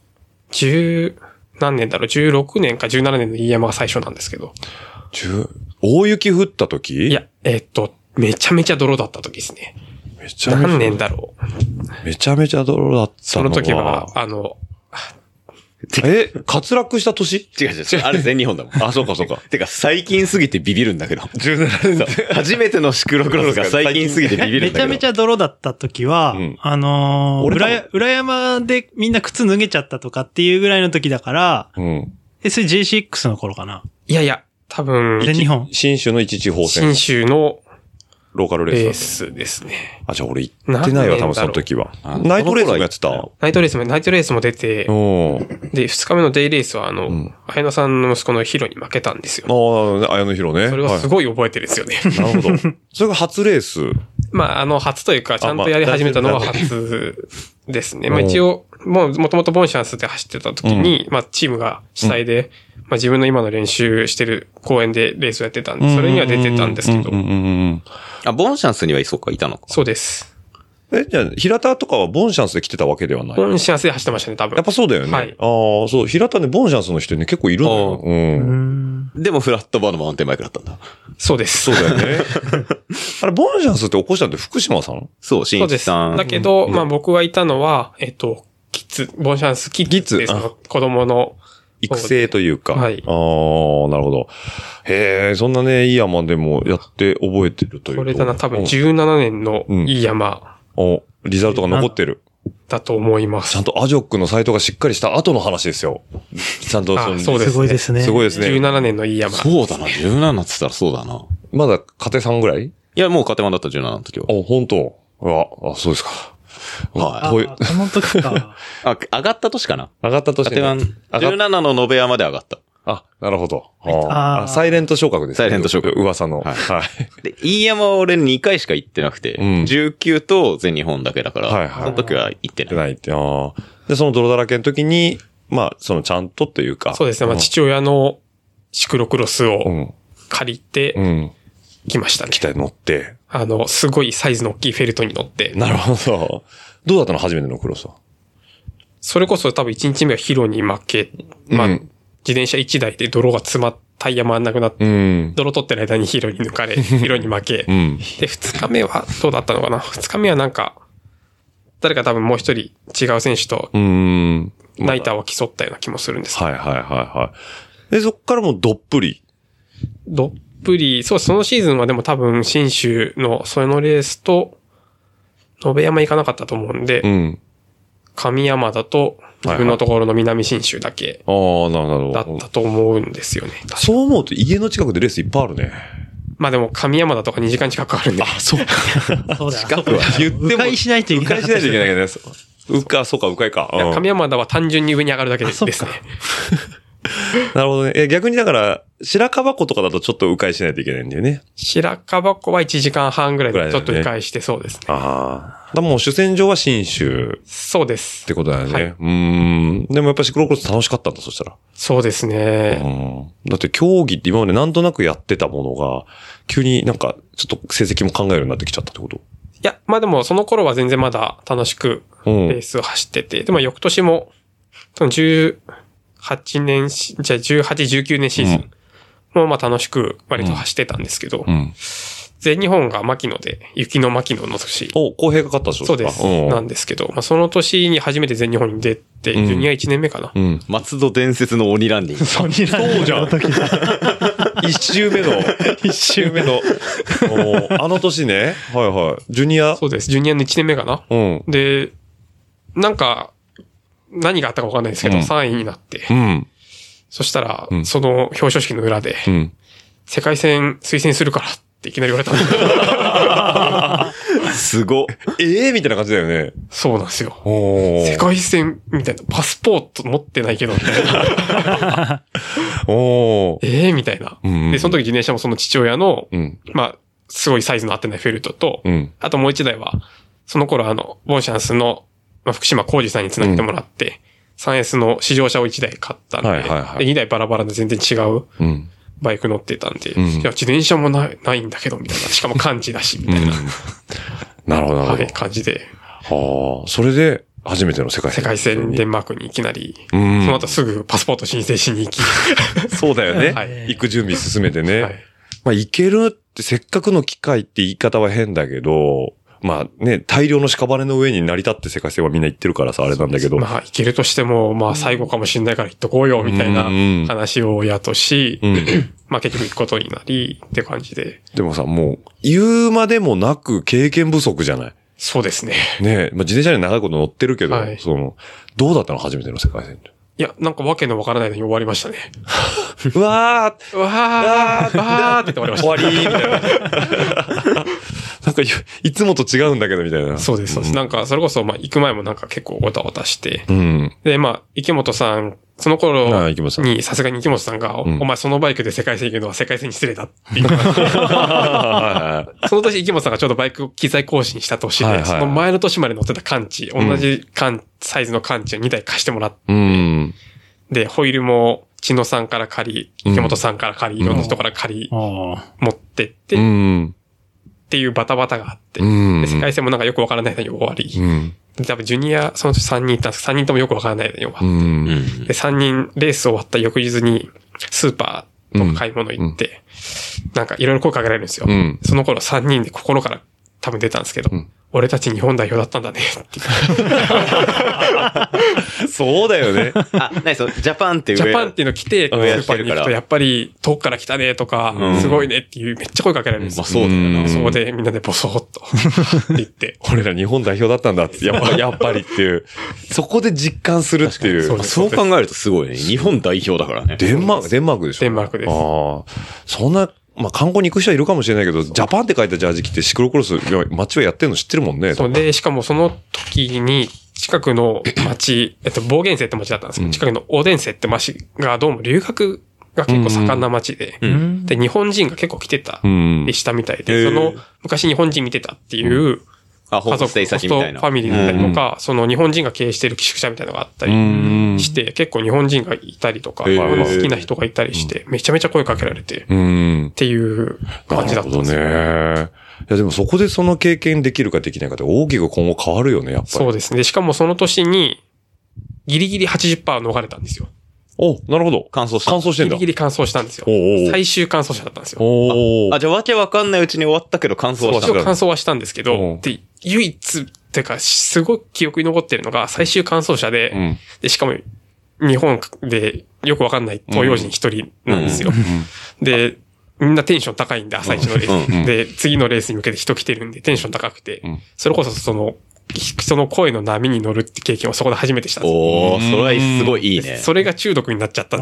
何年だろう、16年か17年の飯山が最初なんですけど。 大雪降った時？ いや、めちゃめちゃ泥だった時ですね。何年だろう。めちゃめちゃ泥だったのは。 その時は、 滑落した年？ 違う。あれ全日本だもん。 そうかそうか。 てか最近すぎてビビるんだけど。 17年。 初めてのシクロクロスが最近すぎてビビるんだけど。 めちゃめちゃ泥だった時は、裏山でみんな靴脱げちゃったとかっていうぐらいの時だから、それ J6 の頃かな。 いや、多分、 全日本。 新州の一地方戦。 新州のローカルレースですね。 じゃあ俺行ってないわ、多分その時は。ナイトレースもやってた？ ナイトレースも出て、で、2日目のデイレースは綾野さんの息子のヒロに負けたんですよ。 綾野ヒロね。 それはすごい覚えてるんですよね。 なるほど。それが初レース？ まあ、初というか、ちゃんとやり始めたのは初ですね。まあ一応、もともとボンシャンスで走ってた時に、まあチームが主催で、まあ自分の今の練習してる公園でレースをやってたんで、それには出てたんですけど。 ボンシャンスにはいたのか。 そうです。 じゃあ、平田とかはボンシャンスで来てたわけではない？ ボンシャンスで走ってましたね、多分。 やっぱそうだよね。はい。そう、平田ね、ボンシャンスの人ね、結構いるのよ。 でもフラットバーのマウンテンバイクだったんだ。 そうです。 そうだよね。あれ、ボンシャンスって起こしたのって福島さん？ そう、新一さん。 だけど、まあ僕がいたのは、ボンシャンスキッズです。子供の。 育成というか。 はい。 なるほど。そんなね、いい山でもやって覚えてるというか。 これだな、多分17年のいい山。 リザルトが残ってる。 だと思います。 ちゃんとアジョックのサイトがしっかりした後の話ですよ。ちゃんとそうです。 すごいですね。 すごいですね。 17年のいい山。 そうだな、17って言ったらそうだな。 まだ家庭さんぐらい？ いや、もう家庭1だった17の時は。 本当。そうですか。 はい。 その時か。 上がった年かな。 上がった年。 家庭1、17の延山まで上がった。 なるほど。サイレント昇格ですね。 サイレント昇格。 噂の。はい。 で、飯山は俺2回しか行ってなくて、19と全日本だけだから、その時は行ってない。 で、その泥だらけの時に、そのちゃんとっていうか。 そうですね。父親のシクロクロスを借りて、来ましたね。 機体乗って。 すごいサイズの大きいフェルトに乗って。 なるほど。どうだったの初めてのクロスは。 それこそ多分1日目はヒロに負け、自転車1台で泥が詰まっタイヤ回んなくなって、泥取ってる間にヒロに抜かれ、ヒロに負け。で、2日目はどうだったのかな ?2 日目はなんか、誰か多分もう一人違う選手と、ナイターは競ったような気もするんですけど。 で、そっからもうどっぷり。 そう、そのシーズンはでも多分、新州のそのレースと、延山行かなかったと思うんで、上山田と、自分のところの南信州だけ、だったと思うんですよね。 そう思うと家の近くでレースいっぱいあるね。 でも上山田とか2時間近くあるんで。 そうか。そうだ。近くは言っても。 迂回しないといけない。 迂回しないといけないけどね。そうか、迂回か。 上山田は単純に上に上がるだけですね。 なるほどね。逆にだから、白樺湖とかだとちょっと迂回しないといけないんだよね。 白樺湖は1時間半ぐらいでちょっと迂回してそうですね。 もう主戦場は新州。 そうです。 ってことだよね。でもやっぱシクロクロス楽しかったんだ、そしたら。 そうですね。 だって競技って今までなんとなくやってたものが、急になんかちょっと成績も考えるようになってきちゃったってこと？ いや、でもその頃は全然まだ楽しくレースを走ってて、でも翌年も、18年、18、19年シーズンも楽しく割と走ってたんですけど、全日本が牧野で、雪の牧野の年。 公平が勝ったでしょ？ そうです。なんですけど、その年に初めて全日本に出て、ジュニア1年目かな。 松戸伝説の鬼ランディング。 そうじゃん。1周目の。あの年ね。ジュニア。 そうです。ジュニアの1年目かな。で、なんか、何があったかわかんないですけど、3位になって。そしたら、その表彰式の裏で、世界戦推薦するからっていきなり言われたんですごっ。みたいな感じだよね。 そうなんですよ。世界戦みたいな、パスポート持ってないけど、みたいな。みたいな。で、その時自転車もその父親の、すごいサイズの合ってないフェルトと、あともう一台は、その頃ボンシャンスの、福島浩二さんに繋げてもらって、3S の試乗車を1台買ったんで、で2台バラバラで全然違うバイク乗ってたんで、いや、自転車もないんだけど、みたいな。しかも漢字だし、みたいな。 なるほど。 感じで。 それで、初めての世界戦デンマークにいきなり、その後すぐパスポート申請しに行き。 そうだよね。行く準備進めてね。行けるってせっかくの機会って言い方は変だけど、大量の屍の上に成り立って世界戦はみんな行ってるからさ、あれなんだけど。 行けるとしても、最後かもしんないから行っとこうよ、みたいな話を親とし、結局行くことになり、って感じで。 でもさ、もう、言うまでもなく経験不足じゃない？ そうですね。 ね自転車に長いこと乗ってるけど、どうだったの初めての世界戦って。 いや、なんかわけのわからないのに終わりましたね。 うわーって終わりみたいな。なんかいつもと違うんだけどみたいな。 そうです。なんかそれこそ行く前もなんか結構ごたごたして。で、池本さん、その頃にさすがに池本さんが、お前そのバイクで世界戦行くのは世界戦に失礼だって言って。その年池本さんがちょうどバイク機材更新した年で、その前の年まで乗ってたカンチ、同じサイズのカンチを2台貸してもらって、で、ホイールも千野さんから借り、池本さんから借り、いろんな人から借り、持ってって、っていうバタバタがあって、で世界戦もなんかよくわからないのに終わり、多分ジュニア、その年3人いたんですけど、3人ともよくわからないのに終わって、で、3人レース終わった翌日にスーパーとか買い物行って、なんかいろいろ声かけられるんですよ。その頃3人で心から多分出たんですけど、俺たち日本代表だったんだねってそうだよね。 ジャパンっていう。 ジャパンっていうの来て、スーパーに行くと、やっぱり遠くから来たねとか、すごいねっていうめっちゃ声かけられるんですよ。 そうだよな。 そこでみんなでボソッと言って。 俺ら日本代表だったんだって、やっぱりっていう。そこで実感するっていう。 そう考えるとすごいね。日本代表だからね。 デンマークでしょ？ デンマークです。 そんなまあ、観光に行く人はいるかもしれないけど、ジャパンって書いたジャージ着てシクロクロス、街はやってるの知ってるもんね。 そうで、しかもその時に、近くの町、ボーゲンセって町だったんですけど、近くのオーデンセって町がどうも留学が結構盛んな町で、で、日本人が結構来てたりしたみたいで、その、昔日本人見てたっていう、 家族、ホストファミリーだったりとか、その日本人が経営してる寄宿舎みたいなのがあったりして、結構日本人がいたりとか、好きな人がいたりして、めちゃめちゃ声かけられて、っていう感じだったんですよ。 なるほどね。いやでもそこでその経験できるかできないかって大きく今後変わるよね、やっぱり。 そうですね。しかもその年に、ギリギリ 80% 逃れたんですよ。 お、なるほど。 完走してんだ。 ギリギリ完走したんですよ。最終完走者だったんですよ。 じゃあわけわかんないうちに終わったけど完走した。 完走はしたんですけど、で、唯一、っていうか、すごく記憶に残ってるのが、最終完走者で、で、しかも、日本でよくわかんない東洋人一人なんですよ。で、みんなテンション高いんで、朝一のレース。で、次のレースに向けて人来てるんで、テンション高くて、それこそその声の波に乗るって経験をそこで初めてしたんですよ。 おー、それはすごいいいね。 それが中毒になっちゃったん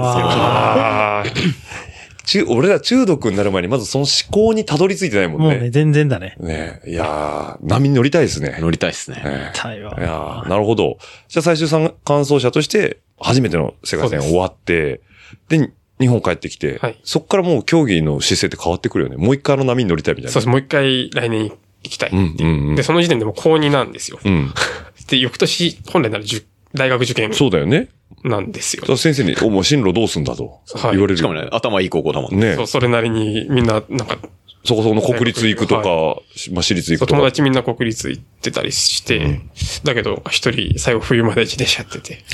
ですよ。 俺ら中毒になる前にまずその思考にたどり着いてないもんね。 もうね、全然だね。 ねいやー、波に乗りたいですね。 乗りたいですね。 いやー、なるほど。じゃあ最終完走者として初めての世界戦終わって、で、日本帰ってきて、そっからもう競技の姿勢って変わってくるよね。もう一回波に乗りたいみたいな。 そうです。もう一回来年行きたいっていう。で、その時点でもう高2なんですよ。で、翌年、本来なら大学受験。 そうだよね。 なんですよ。 先生に、もう進路どうすんだと言われる。 しかもね、頭いい高校だもんね。 そう、それなりにみんな、なんか、 そこそこの国立行くとか、まあ私立行くとか。 友達みんな国立行ってたりして、だけど、一人、最後冬まで自転車やってて。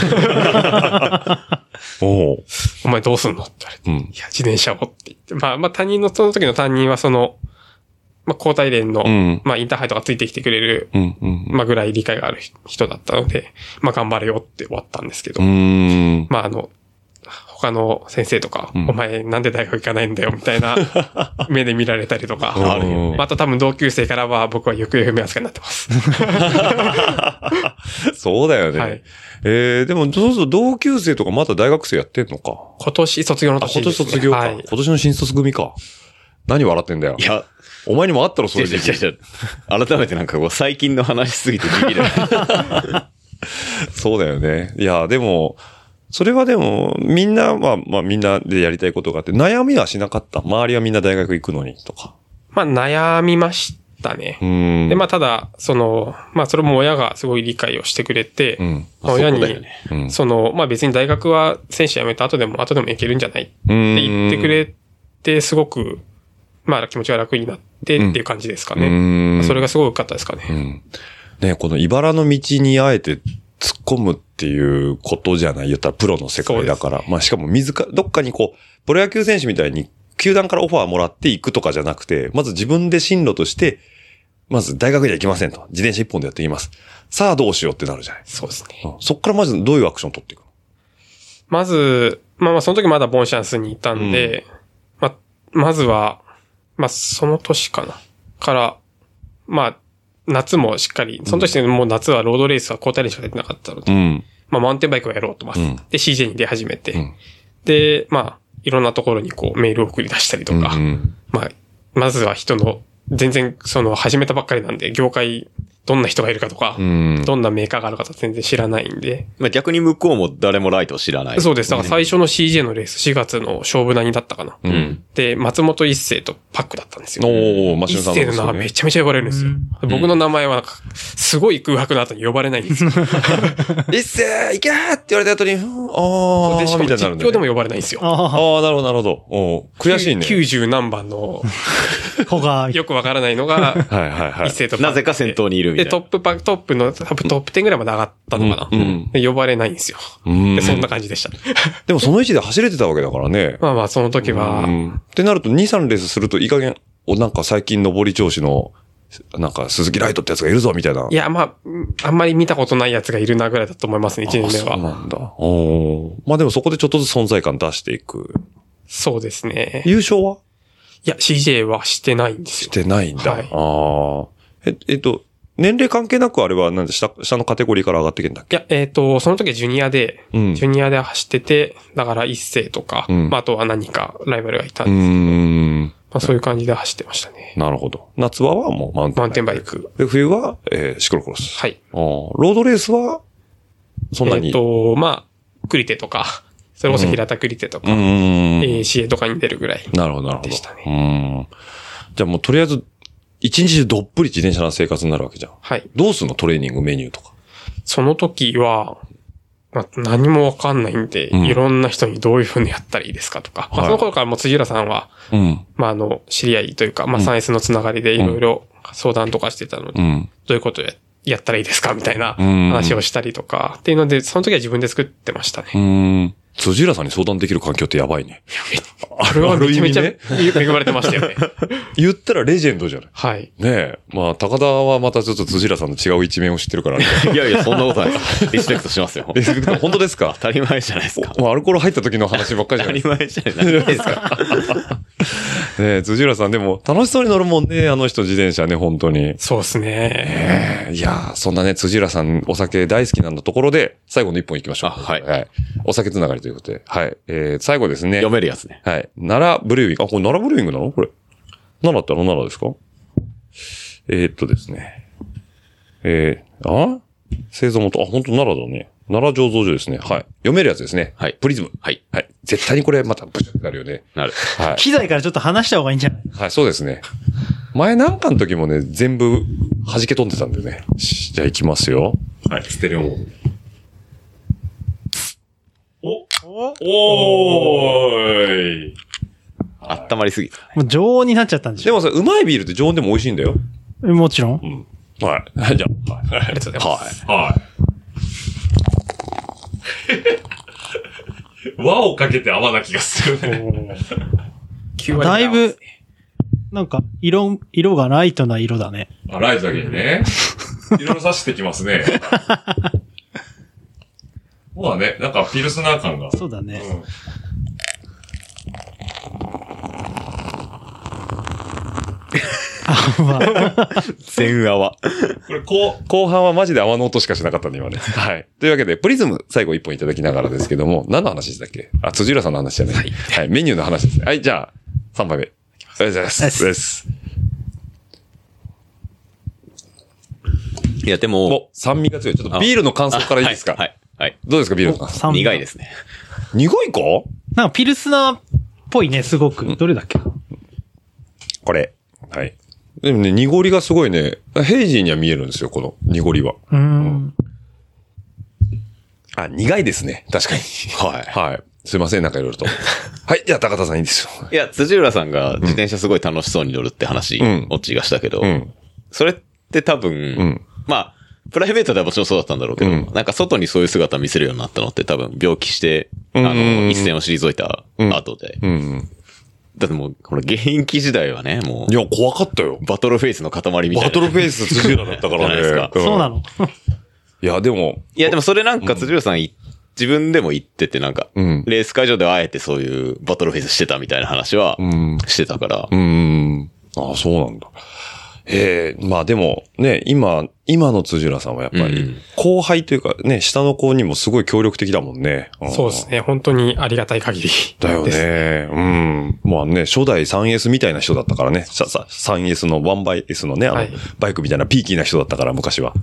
お前どうすんのって言われて。いや、自転車をって言って。まあ、その時の担任はまあ、交代連の、まあ、インターハイとかついてきてくれる、まあ、ぐらい理解がある人だったので、まあ、頑張れよって終わったんですけど、まあ、他の先生とか、お前なんで大学行かないんだよ、みたいな目で見られたりとか、あと多分同級生からは僕は行方不明扱いになってます。 そうだよね。はい、でも、そうそう、同級生とかまだ大学生やってんのか。 今年卒業の年です、ね。 今年卒業か、はい。今年の新卒組か。何笑ってんだよ。 いや、 お前にもあったろ、それで。 改めてなんかこう、最近の話しすぎてビビる。 そうだよね。いや、でも、それはでも、みんなは、まあみんなでやりたいことがあって、悩みはしなかった。周りはみんな大学行くのに、とか。 まあ悩みましたね。で、まあただ、まあそれも親がすごい理解をしてくれて、まあ、親に、まあ別に大学は選手辞めた後でも行けるんじゃないって言ってくれて、すごく、まあ気持ちが楽になってっていう感じですかね。それがすごい良かったですかね。 ね、この茨の道にあえて突っ込むっていうことじゃない。言ったらプロの世界だから。まあしかもどっかにこう、プロ野球選手みたいに球団からオファーもらっていくとかじゃなくて、まず自分で進路として、まず大学には行きませんと。自転車一本でやっていきます。さあどうしようってなるじゃない。 そうですね。 そっからまずどういうアクションを取っていくの？ まず、まあその時まだボンシャンスにいたんで、まずは、まあその年かな。まあ、夏もしっかり、その年でもう夏はロードレースは交代練しか出てなかったので、まあマウンテンバイクをやろうと思って、で CJ に出始めて、で、まあ、いろんなところにこうメールを送り出したりとか、まあ、まずは全然始めたばっかりなんで、業界、どんな人がいるかとか、どんなメーカーがあるかとか全然知らないんで。 まあ逆に向こうも誰もライトを知らない。 そうです。だから最初の CJ のレース、4月の勝負何だったかな。で、松本一世とパックだったんですよ。一世の名前めちゃめちゃ呼ばれるんですよ。僕の名前はすごい空白の後に呼ばれないんですよ。 一世行けーって言われた後に、 で、しかも実況でも呼ばれないんですよ。 ああ、なるほど、なるほど。悔しいね。 90何番の、よくわからないのが、一世とパック。 なぜか先頭にいるみたいな。 で、トップの、多分トップ10ぐらいまで上がったのかな。で呼ばれないんですよ。で、そんな感じでした。 でもその位置で走れてたわけだからね。 まあまあ、その時は。 ってなると2、3レースするといい加減、なんか最近上り調子の、なんか鈴木ライトってやつがいるぞみたいな。 いや、まあ、あんまり見たことないやつがいるなぐらいだと思いますね、1年目は。 そうなんだ。まあでもそこでちょっとずつ存在感出していく。 そうですね。 優勝はいや、CJ はしてないんですよ。 してないんだ。はい、 年齢関係なくあれはなんで下のカテゴリーから上がってけんだっけ？ いや、その時はジュニアで、ジュニアで走ってて、だから一世とか、まあ、あとは何かライバルがいたんですけど、まあ、そういう感じで走ってましたね。 なるほど。夏場はもうマウンテンバイク。で、冬は、シクロクロス。 はい。 ロードレースは、そんなにまあ、クリテとか、それこそ平田クリテとか、CA とかに出るぐらい。 なるほど、なるほど。 でしたね。 じゃあもうとりあえず、一日でどっぷり自転車の生活になるわけじゃん。 はい。 どうすんのトレーニングメニューとか。 その時は、まあ、何もわかんないんで、いろんな人にどういう風にやったらいいですかとか。まあ、その頃からもう辻浦さんは、まあ、知り合いというか、まあ、3S のつながりでいろいろ相談とかしてたので、どういうことやったらいいですかみたいな話をしたりとか、っていうので、その時は自分で作ってましたね。 辻浦さんに相談できる環境ってやばいね。 あれはめちゃめちゃ恵まれてましたよね。 言ったらレジェンドじゃない。 はい。 ねえ。まあ、高田はまたちょっと辻浦さんの違う一面を知ってるからね。 いやいや、そんなことないです。リスペクトしますよ。 リスペクト、本当ですか？ 当たり前じゃないですか。 アルコール入った時の話ばっかりじゃないですか。 当たり前じゃないですか。 ねえ、辻浦さんでも楽しそうに乗るもんね、あの人自転車ね、本当に。 そうですね。 いやそんなね、辻浦さんお酒大好きなんだところで、最後の一本行きましょう。 はい。 はい。お酒つながりということで。はい。最後ですね。 読めるやつね。 はい。奈良ブリューイング。あ、これ奈良ブリューイングなのこれ。奈良って奈良ですか？ですね。製造元、本当奈良だね。奈良醸造所ですね。はい。読めるやつですね。 はい。 プリズム。はい。はい。絶対にこれまたブシュってなるよね。 なる。 はい。 機材からちょっと離した方がいいんじゃない？ はい、そうですね。前なんかの時もね、全部弾け飛んでたんでね。じゃあ行きますよ。はい。ステレオモード。おーい。 温まりすぎた。 もう常温になっちゃったんでしょ？ でもさ、うまいビールって常温でも美味しいんだよ。 もちろん。 はい。じゃあ、はい。ありがとうございます。はい。輪をかけて泡な気がするね。 だいぶ、なんか、色がライトな色だね。 あ、ライトだけにね。いろいろ刺してきますね。そうだね。なんかピルスナー感が。 そうだね。 全泡。 これ後半はマジで泡の音しかしなかったね、今ね。はい。というわけで、プリズム最後一本いただきながらですけども、何の話でしたっけ？あ、辻浦さんの話じゃない。はい。はい。メニューの話ですね。はい、じゃあ、3杯目。ありがとうございます。です。 いや、でも。 酸味が強い。ちょっとビールの感想からいいですか？はい。はい。どうですか、ビールの感想。 苦いですね。 苦いか？ なんかピルスナーっぽいね、すごく。どれだっけ？ これ。はい。でもね、濁りがすごいね、ヘイジーには見えるんですよ、この濁りは。あ、苦いですね。確かに。はい。はい。すいません、なんかいろいろと。はい。じゃあ、高田さんいいですよ。 いや、辻浦さんが自転車すごい楽しそうに乗るって話、オッチがしたけど、それって多分、まあ、プライベートではもちろんそうだったんだろうけど、なんか外にそういう姿見せるようになったのって多分病気して、一線を退いた後で。だってもう、この現役時代はね、もう。 いや、怖かったよ。 バトルフェイスの塊みたいな。 バトルフェイス辻浦だったからね。 そうなの？ いや、でも。 いや、でもそれなんか辻浦さん自分でも言っててなんか、レース会場ではあえてそういうバトルフェイスしてたみたいな話は、してたから。 ああ、そうなんだ。まあでもね、今の辻浦さんはやっぱり、後輩というかね、下の子にもすごい協力的だもんね。 そうですね。本当にありがたい限り。 だよね。まあね、初代 3S みたいな人だったからね。3S の 1x のね、バイクみたいなピーキーな人だったから、昔は。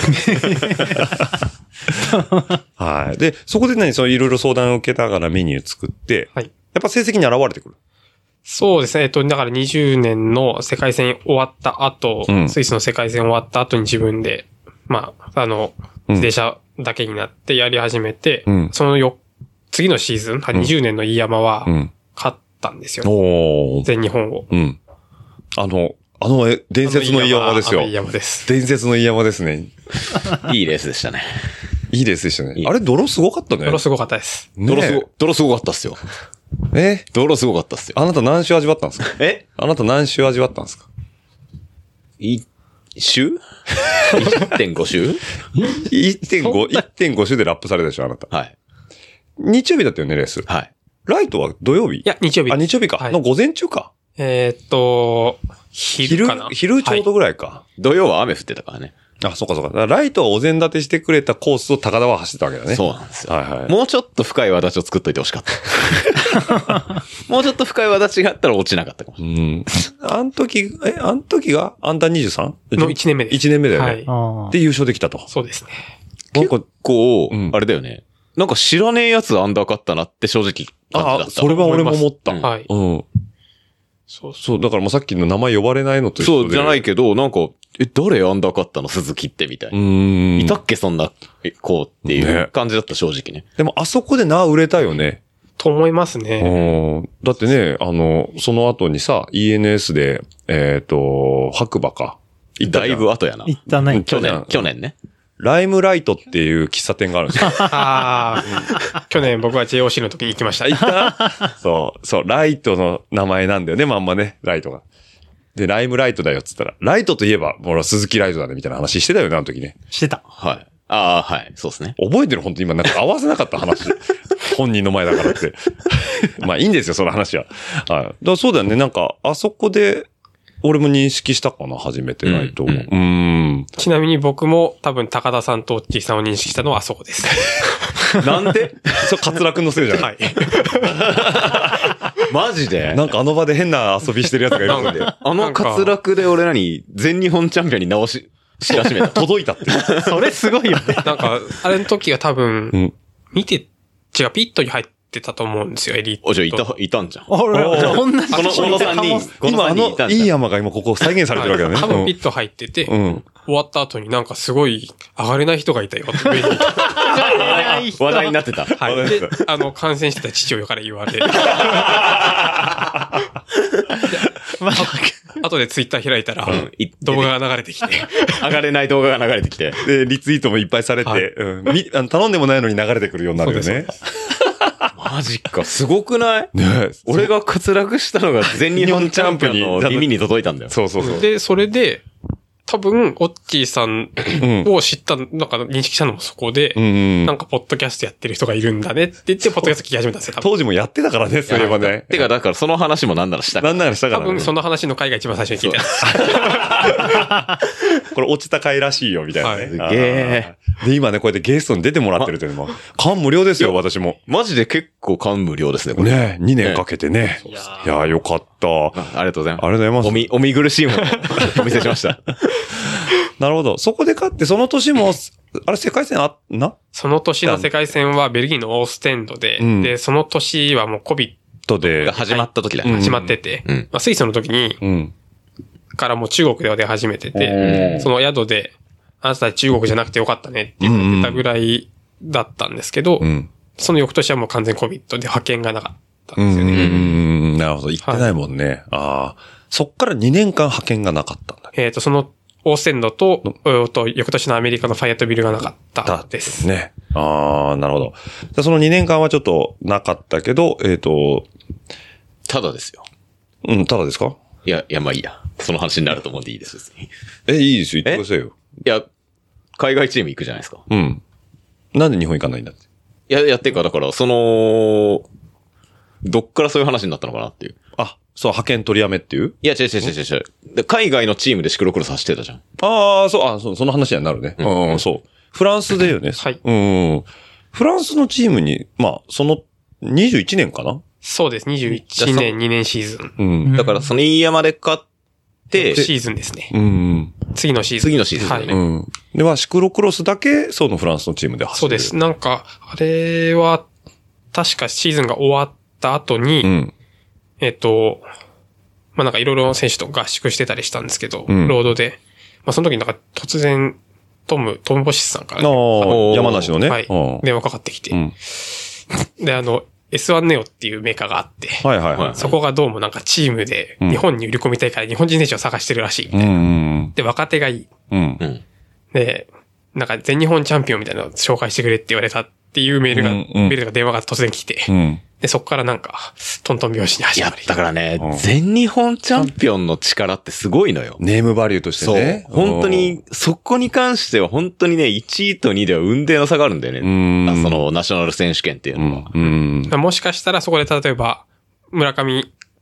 はい。で、そこで何、そういろいろ相談を受けながらメニュー作って、やっぱ成績に現れてくる。 そうですね。だから20年の世界戦終わった後、スイスの世界戦終わった後に自分で、まあ、自転車だけになってやり始めて、その次のシーズン、20年の飯山は、勝ったんですよ、ね。全日本を。 伝説の飯山ですよ。 飯山です。 伝説の飯山ですね。 いいレースでしたね。 いいレースでしたね。あれ、泥すごかったね。 泥すごかったです。 泥すごかったっすよ。泥すごかったっすよ。 あなた何周味わったんですか？あなた何周味わったんですか周 ?1.5 周 ?1.5 周でラップされたでしょ、あなた。 はい。 日曜日だったよね、レース。 はい。 ライトは土曜日？ いや、日曜日。 あ、日曜日か。の午前中か。 昼かな。 昼ちょうどぐらいか。 土曜は雨降ってたからね。 あ、そうかそうか。ライトはお膳立てしてくれたコースを高田は走ってたわけだね。 そうなんですよ。 はいはい。 もうちょっと深い輪立ちを作っといてほしかった。もうちょっと深い輪立ちがあったら落ちなかったかもしれない。うん。 あの時がアンダー 23? の1年目です。 1年目だよね。 はい。 で優勝できたと。 そうですね。 結構、あれだよね。なんか知らねえやつアンダー勝ったなって正直感じだった。 それは俺も思った。 はい。 うん。そう。だからもうさっきの名前呼ばれないのと一緒で。 そうじゃないけど、なんか、誰アンダー勝ったの鈴木ってみたいな。いたっけそんな子っていう感じだった正直ね。 でもあそこで売れたよね。 と思いますね。 だってね、その後にさ、ENS で、白馬か。 だいぶ後やな。 行ったね。 去年ね。 ライムライトっていう喫茶店があるんですよ。 去年僕は JOC の時に行きました。 行ったそう、ライトの名前なんだよね、まんまね、ライトが。で、ライムライトだよっつったら、ライトといえば、もう鈴木ライトだね、みたいな話してたよね、あの時ね。 してた。 はい。ああ、はい。そうですね。 覚えてる本当に今なんか合わせなかった話。本人の前だからって。まあいいんですよ、その話は。はい。だからそうだよね、なんか、あそこで、俺も認識したかな、初めてライトを。 ちなみに僕も多分高田さんとオッチーさんを認識したのはあそこです。 なんでそう、カツラ君のせいじゃない。 はい。マジでなんかあの場で変な遊びしてるやつがいるんで。 あの滑落で俺全日本チャンピオンに直し始めた。 届いたって。 それすごいよね。 なんか、あれの時は多分、ピットに入ってたと思うんですよ、エリート。 じゃあいたんじゃん。 同じ。 この3人。 今いい山が今ここ再現されてるわけだね。 多分ピット入ってて、終わった後になんかすごい上がれない人がいたよって話題になってた。 はい。で、感染してた父親から言われ。後でツイッター開いたら、動画が流れてきて。 上がれない動画が流れてきて。 で、リツイートもいっぱいされて、頼んでもないのに流れてくるようになるよね。 マジか、すごくないね俺が滑落したのが全日本チャンピオンの耳に届いたんだよ。 そう。 で、それで、多分、オッチーさんを知った、なんか認識したのもそこで、なんかポッドキャストやってる人がいるんだねって言って、ポッドキャスト聞き始めたんですよ、 当時もやってたからね、そういえばね。 てか、だからその話もなんならしたから。 多分その話の回が一番最初に聞いた。 これ落ちた回らしいよ、みたいなね。 すげえ。 で、今ね、こうやってゲストに出てもらってるというのも、感無量ですよ、私も。 マジで結構感無量ですね、これ。 ね2年かけてね。いやよかった。 ありがとうございます。 ありがとうございます。 お見苦しいものをお見せしました。 なるほど。そこで勝って、その年も、あれ世界戦その年の世界戦はベルギーのオーステンドで、で、その年はもう COVID で始まった時だ。 始まってて、スイスの時に、からもう中国では出始めてて、その宿で、あなた中国じゃなくてよかったねって言ってたぐらいだったんですけど、その翌年はもう完全 COVID で派遣がなかったんですよね。 なるほど。行ってないもんね。そっから2年間派遣がなかったんだ。 その、オーステンドと、翌年のアメリカのファイアットビルがなかったです。 ね。なるほど。その2年間はちょっとなかったけど、 ただですよ。 ただですか？ いや、まあいいや。その話になると思うんでいいです。 いいですよ。言ってくださいよ。 いや、海外チーム行くじゃないですか。 なんで日本行かないんだって。 っていうか、だから、どっからそういう話になったのかなっていう。 そう、派遣取りやめっていう？ いや、違う。海外のチームでシクロクロス走ってたじゃん。 その話にはなるね。そう。フランスでよね。 はい。 フランスのチームに、その21年かな？ そうです。21年、2年シーズン。だから、その飯山で勝って、 シーズンですね。次のシーズン。 はい。 では、シクロクロスだけ、そのフランスのチームで走る。 そうです。なんか、あれは、確かシーズンが終わった後に、なんかいろいろ選手と合宿してたりしたんですけど、ロードで。その時になんか突然、トム・ボシスさんから、 山梨のね。 はい。電話かかってきて。で、S1 ネオっていうメーカーがあって、そこがどうもなんかチームで日本に売り込みたいから日本人選手を探してるらしいみたいな。で、若手がいい。で、なんか全日本チャンピオンみたいなのを紹介してくれって言われたっていうメールが電話が突然来て、で、そこからなんか、トントン拍子に始まり。 だからね、全日本チャンピオンの力ってすごいのよ。 ネームバリューとしてね。 そう。本当に、そこに関しては本当にね、1位と2位では雲泥の差があるんだよね。ナショナル選手権っていうのは。 もしかしたらそこで例えば、村上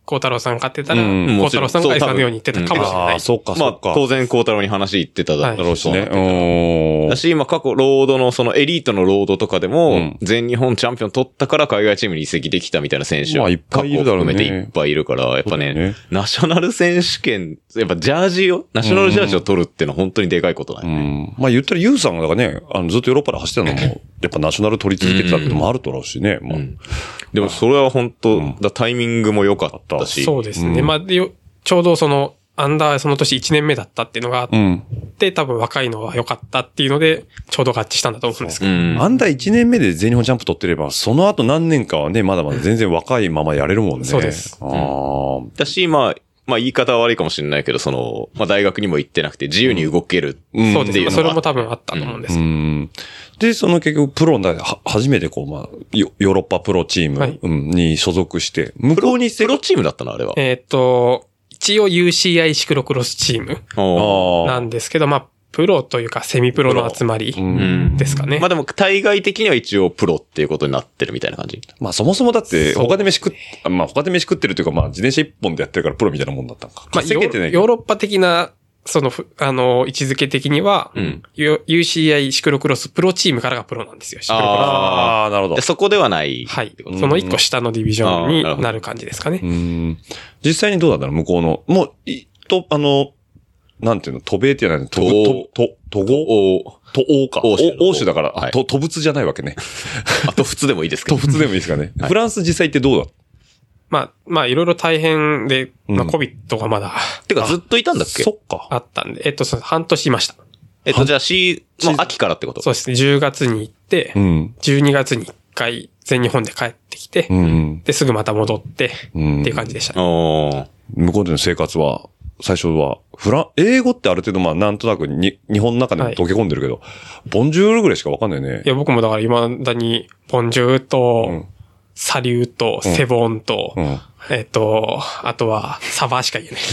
孝太郎さん勝ってたら、孝太郎さんが愛さんのように言ってたかもしれない。 そうか、そうか。 まあ、当然孝太郎に話言ってただろうしね。 だし、今過去、ロードのそのエリートのロードとかでも、全日本チャンピオン取ったから海外チームに移籍できたみたいな選手は、 いっぱいいるだろうね。 含めていっぱいいるから、やっぱね、ナショナル選手権、やっぱジャージを、ナショナルジャージを取るっていうのは本当にでかいことだよね。 まあ言ったらユウさんがね、ずっとヨーロッパで走ってたのも、やっぱナショナル取り続けてたってのもあるとろうしね。 でもそれは本当、タイミングも良かったし。 そうですね。まあ、ちょうどその、アンダーその年1年目だったっていうのがあって、多分若いのは良かったっていうので、ちょうど合致したんだと思うんですけど。 アンダー1年目で全日本ジャンプ取ってれば、その後何年かはね、まだまだ全然若いままやれるもんね。 そうです。 だし、まあ言い方は悪いかもしれないけど、その、まあ大学にも行ってなくて自由に動けるっていうのが、 そうです。それも多分あったと思うんですけど。 で、その結局プロ初めてこう、まあ、ヨーロッパプロチームに所属して、 向こうにプロチームだったのあれは。 一応 UCI シクロクロスチームなんですけど、まあ、プロというかセミプロの集まりですかね。 まあでも対外的には一応プロっていうことになってるみたいな感じ。 まあそもそもだって他で飯食ってるというか、まあ自転車一本でやってるからプロみたいなもんだったのか。 まあヨーロッパ的な、その、位置づけ的には、UCI シクロクロスプロチームからがプロなんですよ。シクロクロス。 ああ、なるほど。 そこではない。 はい。その一個下のディビジョンになる感じですかね。 実際にどうだったの向こうの。もう、なんていうの、渡米って言わないの、渡欧か。欧州だから、渡仏じゃないわけね。 あと仏でもいいですか渡仏でもいいですかね。フランス実際ってどうだまあ、いろいろ大変で、まあ、COVID がまだ。 てかずっといたんだっけそっか。 あったんで、半年いました。 じゃあもう秋からってことそうですね。10月に行って、12月に1回全日本で帰ってきて、で、すぐまた戻って、っていう感じでしたね。 向こうでの生活は、最初は、英語ってある程度まあなんとなく日本の中でも溶け込んでるけど、ボンジュールぐらいしかわかんないね。 いや、僕もだから未だに、ボンジュールと、サリューと、セボンと、あとは、サバしか言え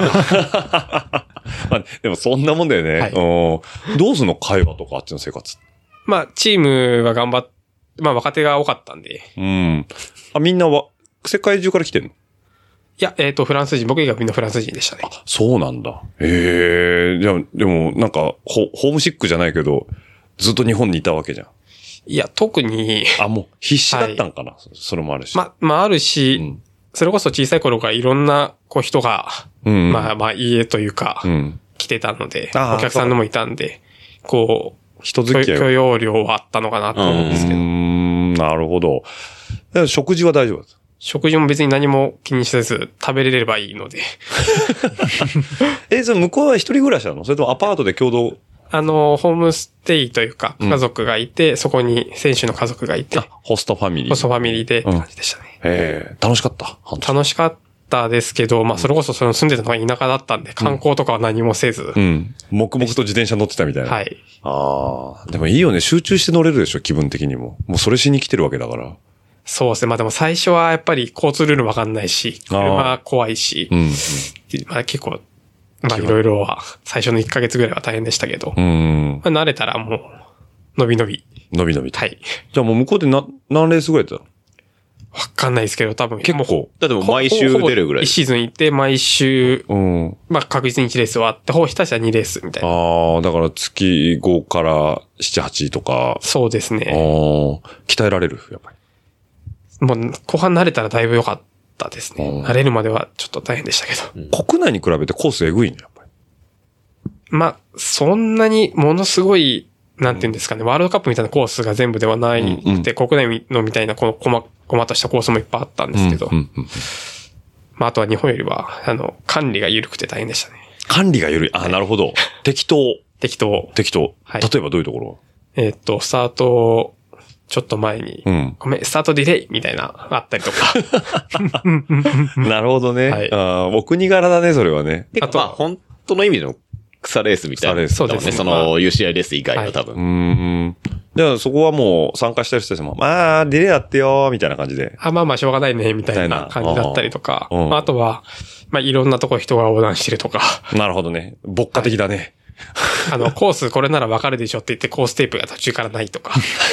ない。でもそんなもんだよね。どうすんの会話とかあっちの生活。 まあ、チームがまあ若手が多かったんで。 みんな世界中から来てんの？ いや、フランス人、僕以外みんなフランス人でしたね。 そうなんだ。じゃあ、でもなんか、ホームシックじゃないけど、ずっと日本にいたわけじゃん。 いや、特に。 もう必死だったんかな、それもあるし。 まあ、あるし、それこそ小さい頃からいろんな、人が、まあ、家というか、来てたので、お客さんのもいたんで、 人付き合い。 許容量はあったのかなと思うんですけど。 なるほど。食事は大丈夫です。 食事も別に何も気にせず食べれればいいので。 その向こうは一人暮らしなの？それともアパートで共同？ ホームステイというか、家族がいて、そこに選手の家族がいて。 ホストファミリー。 ホストファミリーでって感じでしたね。楽しかった？ 楽しかったですけど、まあそれこそその住んでたのが田舎だったんで、観光とかは何もせず。 黙々と自転車乗ってたみたいな。 はい。 でもいいよね。集中して乗れるでしょ、気分的にも。もうそれしに来てるわけだから。 そうですね。まあでも最初はやっぱり交通ルールわかんないし、車怖いし、まあ結構、まあいろいろは、最初の1ヶ月ぐらいは大変でしたけど、まあ慣れたらもう、伸び伸び。 伸び伸びと。 はい。 じゃあもう向こうで何レースぐらいだったの？ わかんないですけど、多分結構。 だってもう毎週出るぐらい。 1シーズン行って、毎週、まあ確実に1レースはあって、ほぼひたすら2レースみたいな。 だから月5から7、8とか。 そうですね。 鍛えられるやっぱり。 もう後半慣れたらだいぶ良かったですね。慣れるまではちょっと大変でしたけど。国内に比べてコースえぐいのやっぱり。 まあ、そんなにものすごい、なんていうんですかね、ワールドカップみたいなコースが全部ではないで、国内のみたいなこの細としたコースもいっぱいあったんですけど、まああとは日本よりは、管理が緩くて大変でしたね。 管理が緩い。なるほど。適当。 はい。 例えばどういうところ？スタート、ちょっと前に、ごめん、スタートディレイみたいな、あったりとか。 なるほどね。お国柄だね、それはね。 あとは、本当の意味の草レースみたいな。そうですね。その UCI レース以外の多分。 じゃあそこはもう参加した人たちも、まあ、ディレイやってよ、みたいな感じで。 まあしょうがないね、みたいな感じだったりとか。あとは、まあいろんなとこ人が横断してるとか。 なるほどね。牧歌的だね。 コースこれならわかるでしょって言ってコーステープが途中からないとか。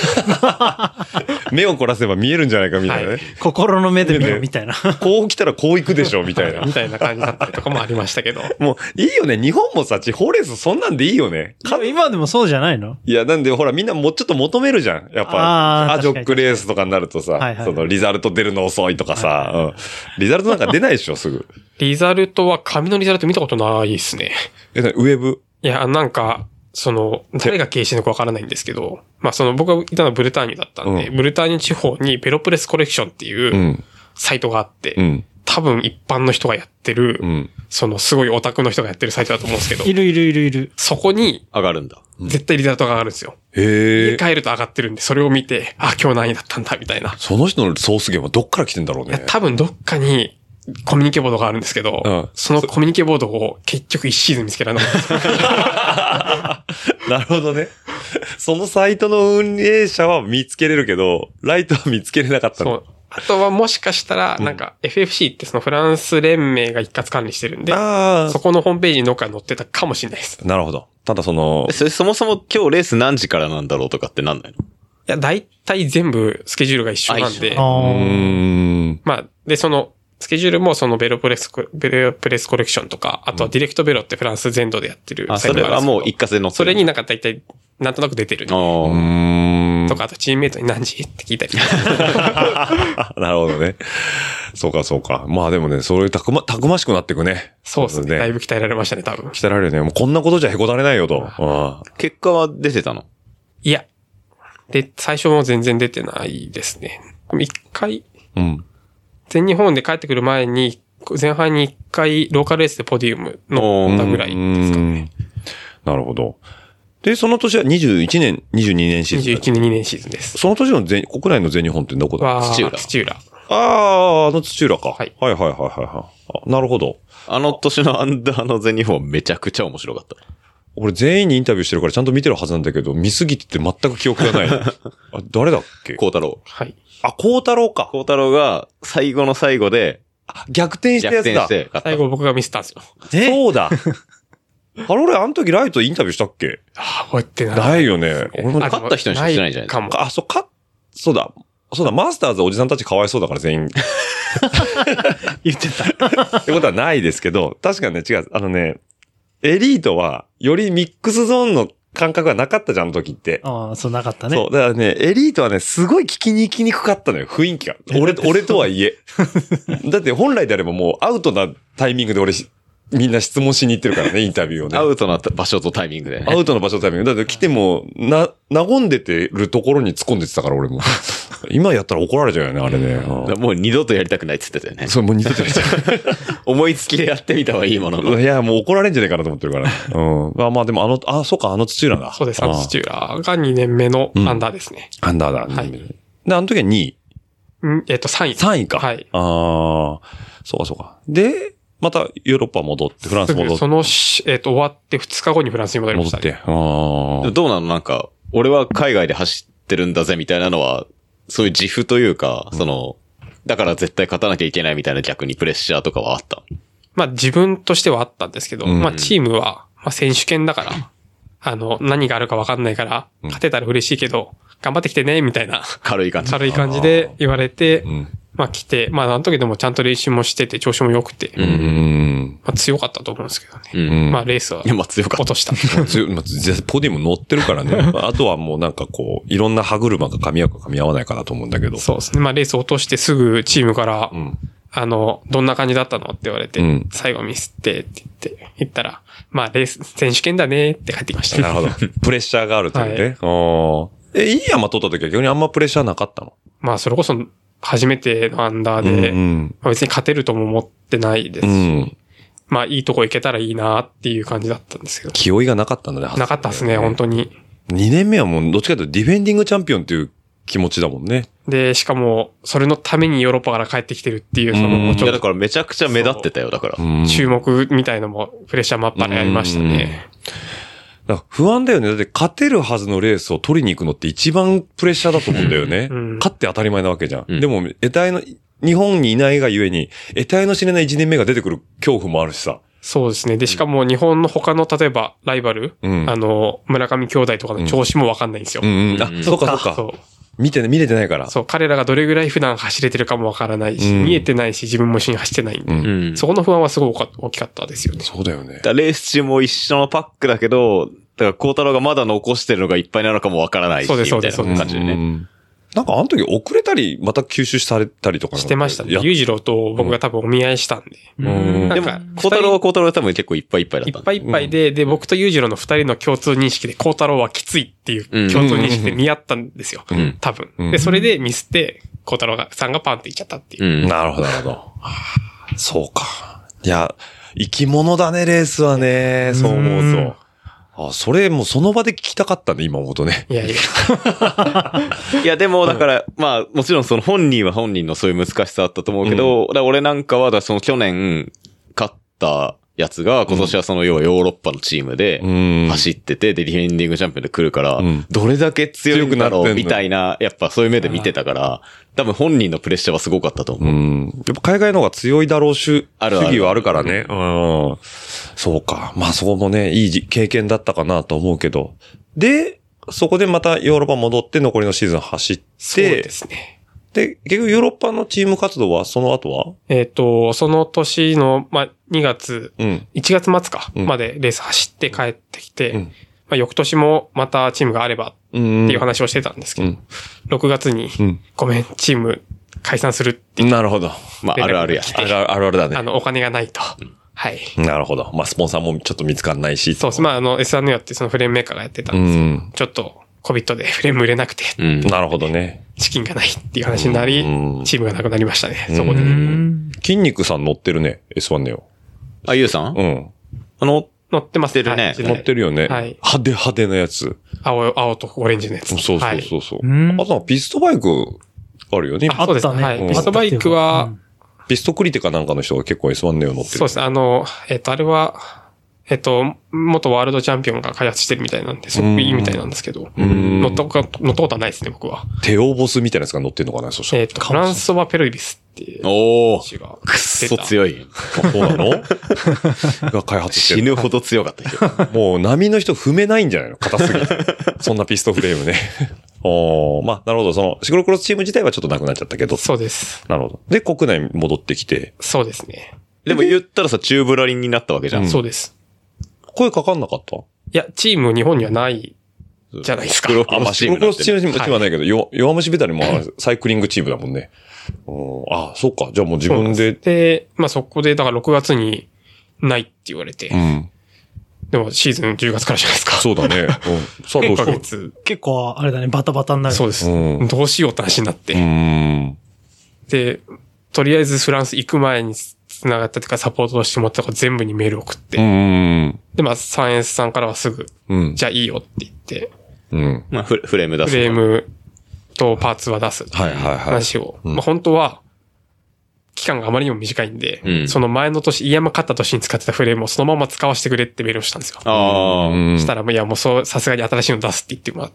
目を凝らせば見えるんじゃないかみたいなね。 心の目で見るみたいな。 こう来たらこう行くでしょみたいな。 みたいな感じだったりとかもありましたけど。 もういいよね。日本もさ、地方レースそんなんでいいよね。 今でもそうじゃないの？ いや、なんでほらみんなもうちょっと求めるじゃん。やっぱ、アジョックレースとかになるとさ、そのリザルト出るの遅いとかさ、リザルトなんか出ないでしょ、すぐ。 リザルトは紙のリザルト見たことないですね。 ウェブ？ いや、なんか、誰が経営してるのかわからないんですけど、まあ僕がいたのはブルターニュだったんで、ブルターニュ地方にペロプレスコレクションっていうサイトがあって、多分一般の人がやってる、すごいオタクの人がやってるサイトだと思うんですけど。 いる。 そこに、 上がるんだ。 絶対リザルトが上がるんですよ。家帰ると上がってるんで、それを見て、あ、今日何位だったんだ、みたいな。 その人のソース源はどっから来てんだろうね。 いや、多分どっかに、コミュニケボードがあるんですけど、そのコミュニケボードを結局1シーズン見つけられなかった。 なるほどね。そのサイトの運営者は見つけれるけど、ライトは見つけれなかったの。そう。 あとはもしかしたら、なんか FFC ってそのフランス連盟が一括管理してるんで、そこのホームページにどっか載ってたかもしれないです。 なるほど。ただそれそもそも今日レース何時からなんだろうとかってなんないの？ いや、大体全部スケジュールが一緒なんで。まあ、で、スケジュールもベロプレスコレクションとか、あとはディレクトベロってフランス全土でやってるサイトがあるんですけど。 それはもう一括で載ってる。 それになんか大体、なんとなく出てるんで。とか、あとチームメイトに何時って聞いたり。 なるほどね。そうか。まあでもね、それたくましくなっていくね。 そうですね。だいぶ鍛えられましたね、多分。 鍛えられるね。もうこんなことじゃへこたれないよと。 結果は出てたの？ いや。で、最初も全然出てないですね。一回。全日本で帰ってくる前に、前半に一回ローカルレースでポディウム乗ったぐらいですかね。 なるほど。で、その年は21年、22年シーズン。 21年、2年シーズンです。 その年の国内の全日本ってどこだ？ 土浦。 土浦か。はい。なるほど。 あの年のアンダーの全日本めちゃくちゃ面白かった。 俺全員にインタビューしてるからちゃんと見てるはずなんだけど、見すぎてて全く記憶がない。誰だっけ？ 孝太郎。 はい。 孝太郎か。 孝太郎が最後の最後で、 逆転したやつだ。 最後僕がミスったんですよ。 そうだ。俺あの時ライトインタビューしたっけ？ 覚えてない。 ないよね。 俺も勝った人にしかしてないんじゃないかも。 そうだ、マスターズおじさんたちかわいそうだから全員。 言ってた。 ってことはないですけど、確かにね、違う。エリートは、よりミックスゾーンの感覚がなかったじゃん、あの時って。 そう、なかったね。 そう、だからね、エリートはね、すごい聞きに行きにくかったのよ、雰囲気が。俺とはいえ。だって本来であればもうアウトなタイミングでみんな質問しに行ってるからね、インタビューをね。 アウトな場所とタイミングで、ね。 アウトの場所とタイミング。だって来ても、和んでてるところに突っ込んでてたから、俺も。今やったら怒られちゃうよね、あれね。 もう二度とやりたくないって言ってたよね。 そう、もう二度とやりたくない。 思いつきでやってみた方がいいものの。 いや、もう怒られんじゃねえかなと思ってるから。まあでもそうか、土浦だ。 そうです、土浦が2年目のアンダーですね。 アンダーだ。はい。で、あの時は2位。 3位。 3位か。 はい。 そうか。で、またヨーロッパ戻って、フランス戻って。 終わって2日後にフランスに戻りましたね。 戻って。どうなの？なんか、俺は海外で走ってるんだぜみたいなのは、そういう自負というか、だから絶対勝たなきゃいけないみたいな逆にプレッシャーとかはあった？ まあ自分としてはあったんですけど、まあチームは、選手権だから、何があるか分かんないから、勝てたら嬉しいけど、頑張ってきてね、みたいな。 軽い感じで言われて、まあ来て、まああの時でもちゃんと練習もしてて、調子も良くて、まあ強かったと思うんですけどね。まあレースは落とした。 ポディウム乗ってるからね。あとはもうなんかいろんな歯車が噛み合うか噛み合わないかなと思うんだけど。 そうですね。まあレース落としてすぐチームから、どんな感じだったのって言われて、最後ミスって言ったら、まあレース、選手権だねって帰ってきました。 なるほど。プレッシャーがあるというね。いい山取った時は逆にあんまプレッシャーなかったの？ まあそれこそ、初めてのアンダーで、別に勝てるとも思ってないですし、まあいいとこ行けたらいいなっていう感じだったんですけど。 気負いがなかったんだね。 なかったですね、本当に。 2年目はもうどっちかというとディフェンディングチャンピオンっていう気持ちだもんね。 で、しかも、それのためにヨーロッパから帰ってきてるっていう、 いやだからめちゃくちゃ目立ってたよ、だから。 注目みたいのもプレッシャーマッパーでやりましたね。 不安だよね。だって勝てるはずのレースを取りに行くのって一番プレッシャーだと思うんだよね。勝って当たり前なわけじゃん。でも、日本にいないがゆえに、得体の知れない1年目が出てくる恐怖もあるしさ。 そうですね。で、しかも日本の他の、例えば、ライバル、村上兄弟とかの調子もわかんないんですよ。 そうかそうか。そう見れてないから。 そう、彼らがどれぐらい普段走れてるかもわからないし、見えてないし、自分も一緒に走ってないんで、そこの不安はすごく大きかったですよね。 そうだよね。 レース中も一緒のパックだけど、だから孝太郎がまだ残してるのがいっぱいなのかもわからないし、みたいな感じでね。 なんかあの時遅れたり、また吸収されたりとかしてましたね。裕次郎と僕が多分お見合いしたんで。 でも、孝太郎は孝太郎で多分結構いっぱいいっぱいだった。 いっぱいいっぱいで、僕と裕次郎の二人の共通認識で孝太郎はきついっていう共通認識で見合ったんですよ。多分。で、それでミスって、孝太郎さんがパンっていっちゃったっていう。 なるほど、なるほど。そうか。いや、生き物だね、レースはね。そう思うと。それもうその場で聞きたかったね、今思うとね。 いやいや。 いや、でもだから、まあ、もちろんその本人は本人のそういう難しさあったと思うけど、俺なんかは、その去年勝ったやつが、今年はその要はヨーロッパのチームで走ってて、で、ディフェンディングチャンピオンで来るから、どれだけ強いんだろう、みたいな、やっぱそういう目で見てたから、多分本人のプレッシャーはすごかったと思う。 やっぱ海外の方が強いだろう主義はあるからね。そうか。まあそこもね、いい経験だったかなと思うけど。で、そこでまたヨーロッパ戻って残りのシーズン走って。 そうですね。 で、結局ヨーロッパのチーム活動はその後はその年の、まあ、2月、1月末か、までレース走って帰ってきて、まあ、翌年もまたチームがあればっていう話をしてたんですけど、6月に、ごめん、チーム解散するってなるほど。 まあ、あるあるや。 あるだね。 お金がないと。はい。 なるほど。まあ、スポンサーもちょっと見つかんないし。 そうです。まあ、S&A ってそのフレームメーカーがやってたんですけど、ちょっと、COVID でフレーム売れなくて。 なるほどね。 資金がないっていう話になり、チームがなくなりましたね。そこで。 筋肉さん乗ってるね、S1 ネオ。 あ、ゆうさん乗ってますね。 乗ってるよね。 はい。 派手なやつ。 青とオレンジのやつ。 そう。あとはピストバイクあるよね。 そうですね。はい。ピストバイクは、 ピストクリテカなんかの人が結構 S1 ネオ乗ってる。 そうですね。あれは、元ワールドチャンピオンが開発してるみたいなんで、すごくいいみたいなんですけど、乗ったことはないですね、僕は。 テオボスみたいなやつが乗ってるのかな、そしたら。 フランソバ・ペルビスっていう。 くっそ強い。 そうなのが開発してる。 死ぬほど強かった人。もう波の人踏めないんじゃないの硬すぎて。そんなピストフレームね。まあ、なるほど。その、シクロクロスチーム自体はちょっとなくなっちゃったけど。 そうです。 なるほど。で、国内に戻ってきて。 そうですね。 でも言ったらさ、チューブラリンになったわけじゃん。 そうです。 声かかんなかった？ いや、チーム日本にはないじゃないですか。 シクロクロスチームはないけど、弱虫ベタにもサイクリングチームだもんね。そうか。じゃあもう自分で。 で、まあそこで、だから6月にないって言われて。でもシーズン10月からじゃないですか。 そうだね。 3ヶ月。結構、あれだね、バタバタになる。 そうです。どうしようって話になって。で、とりあえずフランス行く前に繋がったというかサポートしてもらったとこ全部にメールを送って。で、まあ 3S さんからはすぐ、じゃあいいよって言って。 まあフレーム出す。 フレームとパーツは出す。話を。まあ本当は、期間があまりにも短いんで、その前の年、イヤマ勝った年に使ってたフレームをそのまま使わせてくれってメールをしたんですよ。したら、いやもうさすがに新しいの出すって言ってもらって、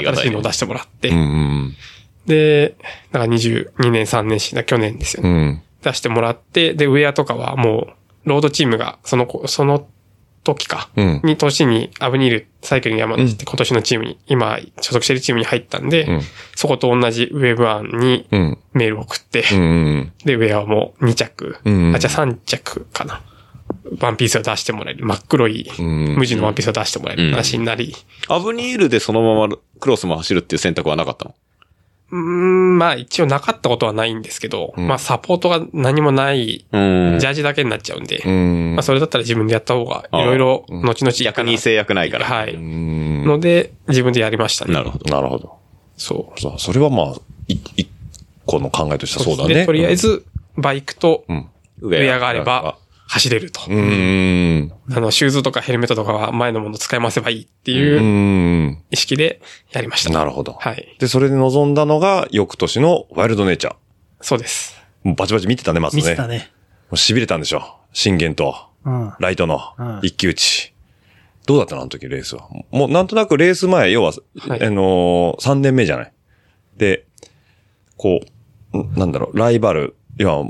新しいのを出してもらって、で、だから22年3年しな去年ですよね。出してもらって、で、ウェアとかはもう、ロードチームが、その時か、年にアブニールサイクリング山梨って今年のチームに、今所属してるチームに入ったんで、そこと同じウェブワンにメールを送って、で、ウェアはもう2着、じゃあ3着かな。ワンピースを出してもらえる。真っ黒い無地のワンピースを出してもらえる話になり。 アブニールでそのままクロスも走るっていう選択はなかったの？ まあ一応なかったことはないんですけど、まあサポートが何もない、ジャージだけになっちゃうんで、まあそれだったら自分でやった方がいろいろ後々 逆に制約ないから。 はい。ので、自分でやりましたね。 なるほど。そう。それはまあ、一個の考えとしてはそうだね。 で、とりあえず、バイクとウェアがあれば走れると。シューズとかヘルメットとかは前のもの使い回せばいいっていう意識でやりました。 なるほど。 はい。 で、それで臨んだのが翌年のワイルドネイチャー。 そうです。 バチバチ見てたね、まずね。 見てたね。 痺れたんでしょ。信玄と、ライトの一騎打ち。どうだったのあの時レースは。もうなんとなくレース前、要は、3年目じゃない。で、こう、なんだろう、ライバル、要は、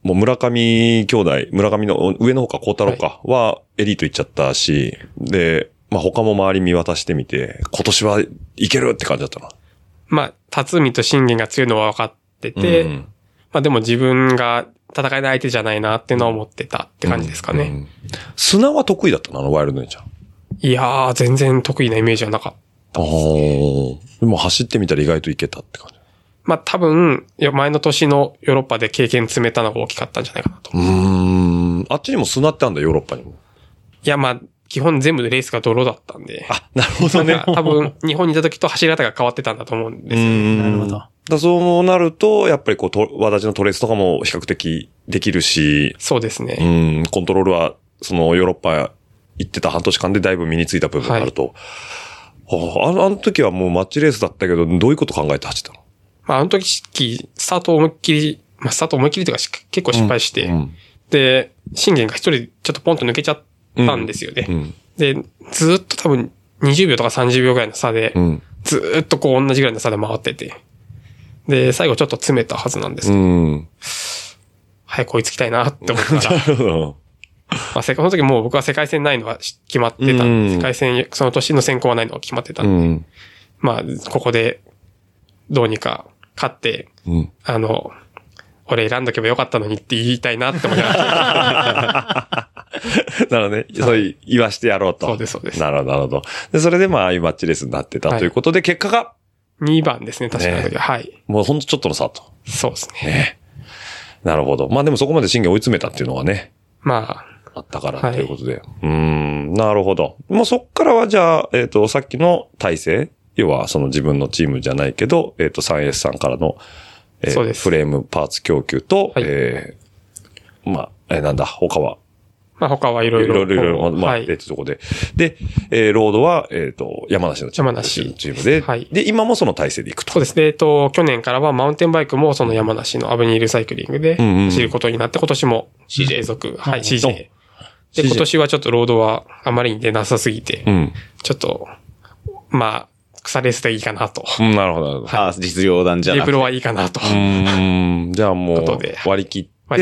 もう村上兄弟、村上の上の方か、孝太郎か、はエリート行っちゃったし、で、まあ他も周り見渡してみて、今年はいけるって感じだったな。 まあ、辰巳と信玄が強いのは分かってて、まあでも自分が戦えない相手じゃないなっていうのは思ってたって感じですかね。 砂は得意だったのワイルドネイチャー。 いやー、全然得意なイメージはなかった。 でも走ってみたら意外といけたって感じ。 まあ多分、前の年のヨーロッパで経験積めたのが大きかったんじゃないかなと。 あっちにも砂ってあるんだ、ヨーロッパにも。 いや、まあ、基本全部でレースが泥だったんで。 あ、なるほどね。 多分、日本にいた時と走り方が変わってたんだと思うんですよね。 なるほど。 そうなると、やっぱりこう、私のトレースとかも比較的できるし。 そうですね。 コントロールは、そのヨーロッパ行ってた半年間でだいぶ身についた部分があると。あの時はもうマッチレースだったけど、どういうこと考えて走ったの？ まあ、あの時、スタート思いっきりというか結構失敗して、で、信玄が一人ちょっとポンと抜けちゃったんですよね。で、ずーっと多分20秒とか30秒ぐらいの差で、ずーっとこう同じぐらいの差で回ってて、で、最後ちょっと詰めたはずなんですけど、早く追いつきたいなって思ったら、まあ、その時もう僕は世界戦ないのは決まってたんで、世界戦、その年の選考はないのは決まってたんで、まあ、ここでどうにか勝って、俺選んどけばよかったのにって言いたいなって思いながら。 なるほどね。そう言わしてやろうと。 そうです、そうです。 なるほど、なるほど。で、それでまあ、ああいうマッチレースになってたということで、結果が 2番ですね、確かに。はい。 もうほんとちょっとの差と。 そうですね。 なるほど。まあでもそこまで信玄追い詰めたっていうのはね。 まあったからということで。なるほど。もうそっからはじゃあ、さっきの体制、要はその自分のチームじゃないけど、3S さんからの、 そうです。 フレームパーツ供給と、まあ、なんだ、他は。 まあ他はいろいろ。 まあ、ってとこで。で、ロードは、山梨のチームで。 はい。 で、今もその体制でいくと。 そうですね。去年からはマウンテンバイクもその山梨のアブニールサイクリングで走ることになって、今年も継続。はい、CJ。で、今年はちょっとロードはあまりに出なさすぎて、ちょっと、まあ、草レースでいいかなと。 なるほど。 実業団じゃなくて。 Jプロはいいかなと。 じゃあもう、割り切って、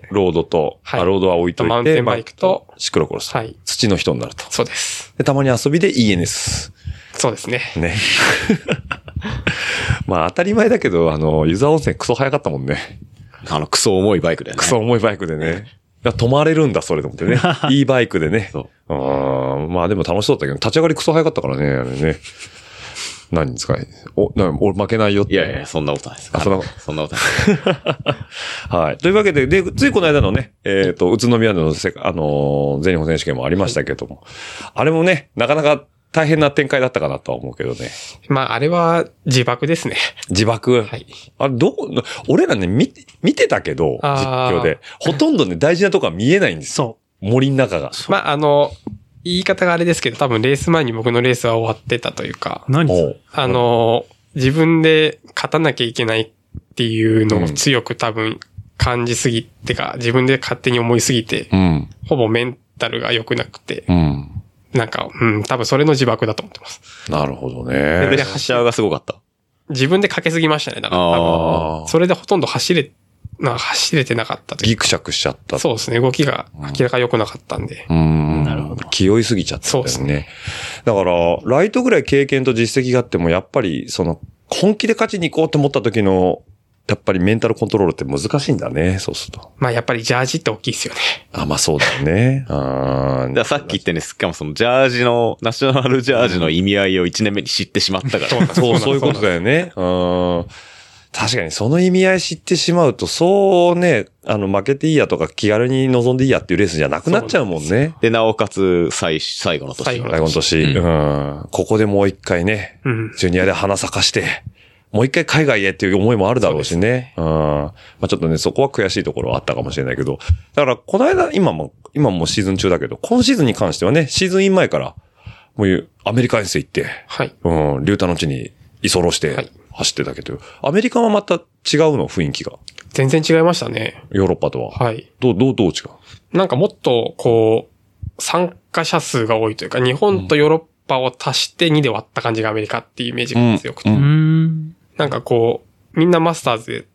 ロードと、ロードは置いといて、 マウンテンバイクと、 シクロクロス。土の人になると。 そうです。 で、たまに遊びで ENS。 そうですね。 ね。まあ当たり前だけど、湯沢温泉クソ早かったもんね。 クソ重いバイクだよね。 クソ重いバイクでね。止まれるんだ、それと思ってね。いいバイクでね。まあでも楽しそうだったけど、立ち上がりクソ早かったからね、あれね。何ですかね。俺負けないよって。 いやいや、そんなことないです。そんなことない。 はい。というわけで、ついこの間のね、宇都宮での全日本選手権もありましたけども、あれもね、なかなか大変な展開だったかなとは思うけどね。 まあ、あれは自爆ですね。 自爆？ はい。 あれ、俺らね、見てたけど、実況で。ほとんどね、大事なとこは見えないんですよ。そう。森の中が。 まあ、言い方があれですけど、多分レース前に僕のレースは終わってたというか。 何？ 自分で勝たなきゃいけないっていうのを強く多分感じすぎてか、自分で勝手に思いすぎて、ほぼメンタルが良くなくて、なんか、多分それの自爆だと思ってます。 なるほどね。 レベル発射がすごかった。 自分でかけすぎましたね。だから多分、それでほとんど走れてなかったというか。 ギクシャクしちゃった。 そうですね。動きが明らか良くなかったんで。 なるほど。 気負いすぎちゃったんだよね。そうですね。だから、ライトぐらい経験と実績があっても、やっぱり、本気で勝ちに行こうと思った時の、やっぱりメンタルコントロールって難しいんだね、そうすると。 まあやっぱりジャージって大きいですよね。 まあそうだよね。 さっき言ってね、しかもそのジャージの、ナショナルジャージの意味合いを1年目に知ってしまったから。 そういうことだよね。確かにその意味合い知ってしまうと、そうね、負けていいやとか気軽に臨んでいいやっていうレースじゃなくなっちゃうもんね。 で、なおかつ、最後の年。 最後の年。ここでもう一回ね、ジュニアで花咲かして、もう一回海外へっていう思いもあるだろうしね。まあちょっとね、そこは悔しいところはあったかもしれないけど。だから、この間、今もシーズン中だけど、今シーズンに関してはね、シーズンイン前から、もうアメリカ遠征行って、リュータの地に居候して、走ってたけど、アメリカはまた違うの、雰囲気が。 全然違いましたね。 ヨーロッパとは。 はい。 どう違う？ なんかもっと、参加者数が多いというか、日本とヨーロッパを足して2で割った感じがアメリカっていうイメージが強くて。なんかみんなマスターズで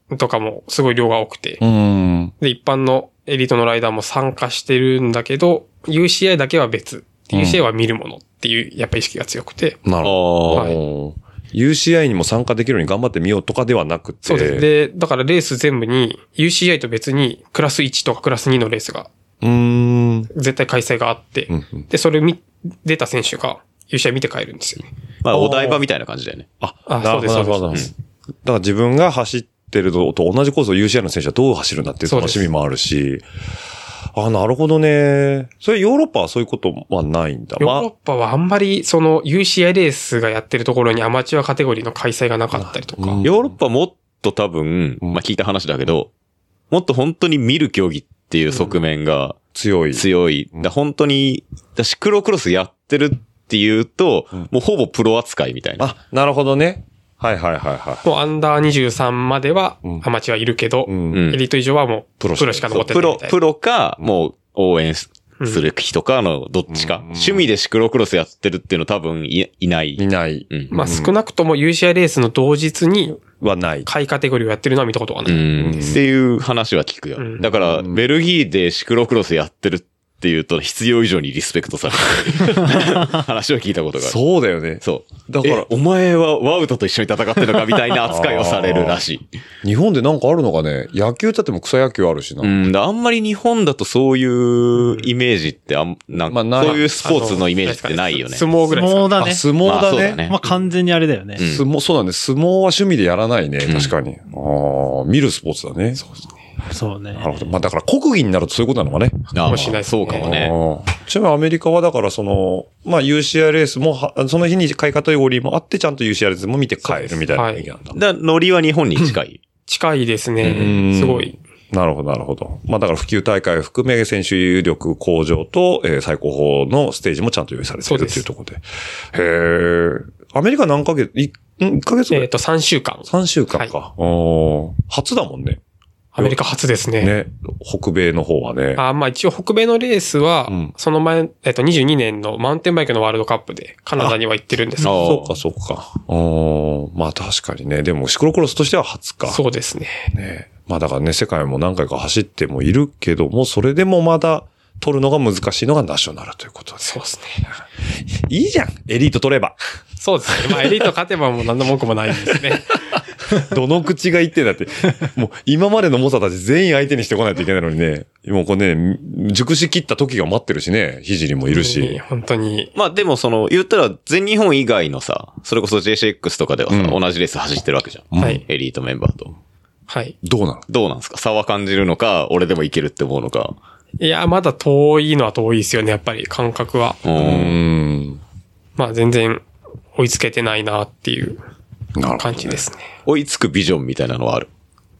とかもすごい量が多くて、で、一般のエリートのライダーも参加してるんだけど、UCI だけは別。UCI は見るものっていう、やっぱ意識が強くて。 なるほど。UCI にも参加できるように頑張ってみようとかではなくて。 そうです。で、だからレース全部に UCI と別にクラス1とかクラス2のレースが、絶対開催があって、で、それ出た選手が UCI 見て帰るんですよね。 まあ、お台場みたいな感じだよね。 そうです、そうです。 だから自分が走ってるのと同じコースを UCI の選手はどう走るんだっていう楽しみもあるし、なるほどね。それヨーロッパはそういうことはないんだ。 ヨーロッパはあんまりその UCI レースがやってるところにアマチュアカテゴリーの開催がなかったりとか。 ヨーロッパもっと多分、まあ聞いた話だけど、もっと本当に見る競技っていう側面が強い。本当に、シクロクロスやってるっていうと、もうほぼプロ扱いみたいな。 なるほどね。はいはいはいはい。 もうアンダー23まではアマチュアいるけど、エリート以上はもうプロしか残ってないみたいな。 プロか、もう応援する人かのどっちか。趣味でシクロクロスやってるっていうの多分いない。 まあ少なくとも UCI レースの同日にはない。 下位カテゴリーをやってるのは見たことがないです。 っていう話は聞くよ。だから、ベルギーでシクロクロスやってるっていうと必要以上にリスペクトされる話を聞いたことがある。 そうだよね。 そう。だから、お前はワウトと一緒に戦ってるのかみたいな扱いをされるらしい。日本でなんかあるのかね。野球だっても草野球あるしな。 あんまり日本だとそういうイメージってそういうスポーツのイメージってないよね。 相撲ぐらい。 相撲だね。 相撲だね。 まあ完全にあれだよね。 そうだね。相撲は趣味でやらないね。確かに。見るスポーツだね。 そうですね。そうね。 なるほど。まあだから国技になるとそういうことなのかね。 かもしれない。 そうかもね。 ちなみにアメリカはだからまあ UCI レースも、その日に下位カテゴリーもあってちゃんと UCI レースも見て帰るみたいな雰囲気なんだ。 ノリは日本に近い。 近いですね。すごい。 なるほど、なるほど。まあだから普及大会を含め選手力向上と、最高峰のステージもちゃんと用意されているっていうところで。アメリカ何ヶ月 ?1 ヶ月ぐらい 3週間。 3週間か。初だもんね。 アメリカ初ですね。 ね。北米の方はね。 まあ一応北米のレースは、その前、22年のマウンテンバイクのワールドカップでカナダには行ってるんですけど。 そうか。まあ確かにね。でもシクロクロスとしては初か。 そうですね。 ね。まあだからね、世界も何回か走ってもいるけども、それでもまだ取るのが難しいのがナショナルということで。 そうですね。 いいじゃん。エリート取れば。 そうですね。まあエリート勝てばもう何の文句もないんですね。 どの口が言ってんだって。もう今までの猛者たち全員相手にしてこないといけないのにね。もうこれね、熟し切った時が待ってるしね。ひじりもいるし。 本当に。 まあでも言ったら全日本以外のさ、それこそ JCX とかではさ、同じレース走ってるわけじゃん。はい。エリートメンバーと。 はい。 どうなんですか？差は感じるのか、俺でもいけるって思うのか。 いや、まだ遠いのは遠いですよね、やっぱり感覚は。まあ全然追いつけてないなっていう感じですね。 追いつくビジョンみたいなのはある？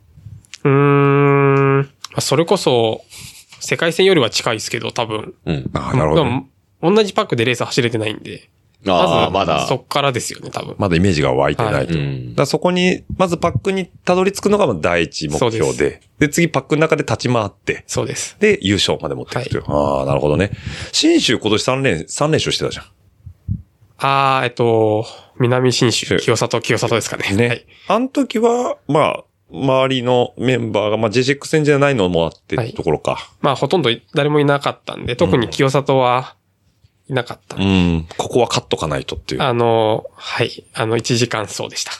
それこそ、世界戦よりは近いですけど、多分。 なるほど、ね。 同じパックでレース走れてないんで。まだ。そっからですよね、多分。 まだイメージが湧いてないと。だそこに、まずパックにたどり着くのが第一目標で。で、次パックの中で立ち回って。 そうです。 で、優勝まで持っていくという。なるほどね。新州今年3連勝してたじゃん。 南新州、清里ですかね。 ね。はい、あの時は、まあ、周りのメンバーが、まあ、JCX 戦じゃないのもあってところか。 まあ、ほとんど誰もいなかったんで、特に清里はいなかった。 ここは勝っとかないとっていう。 はい。1時間走でした。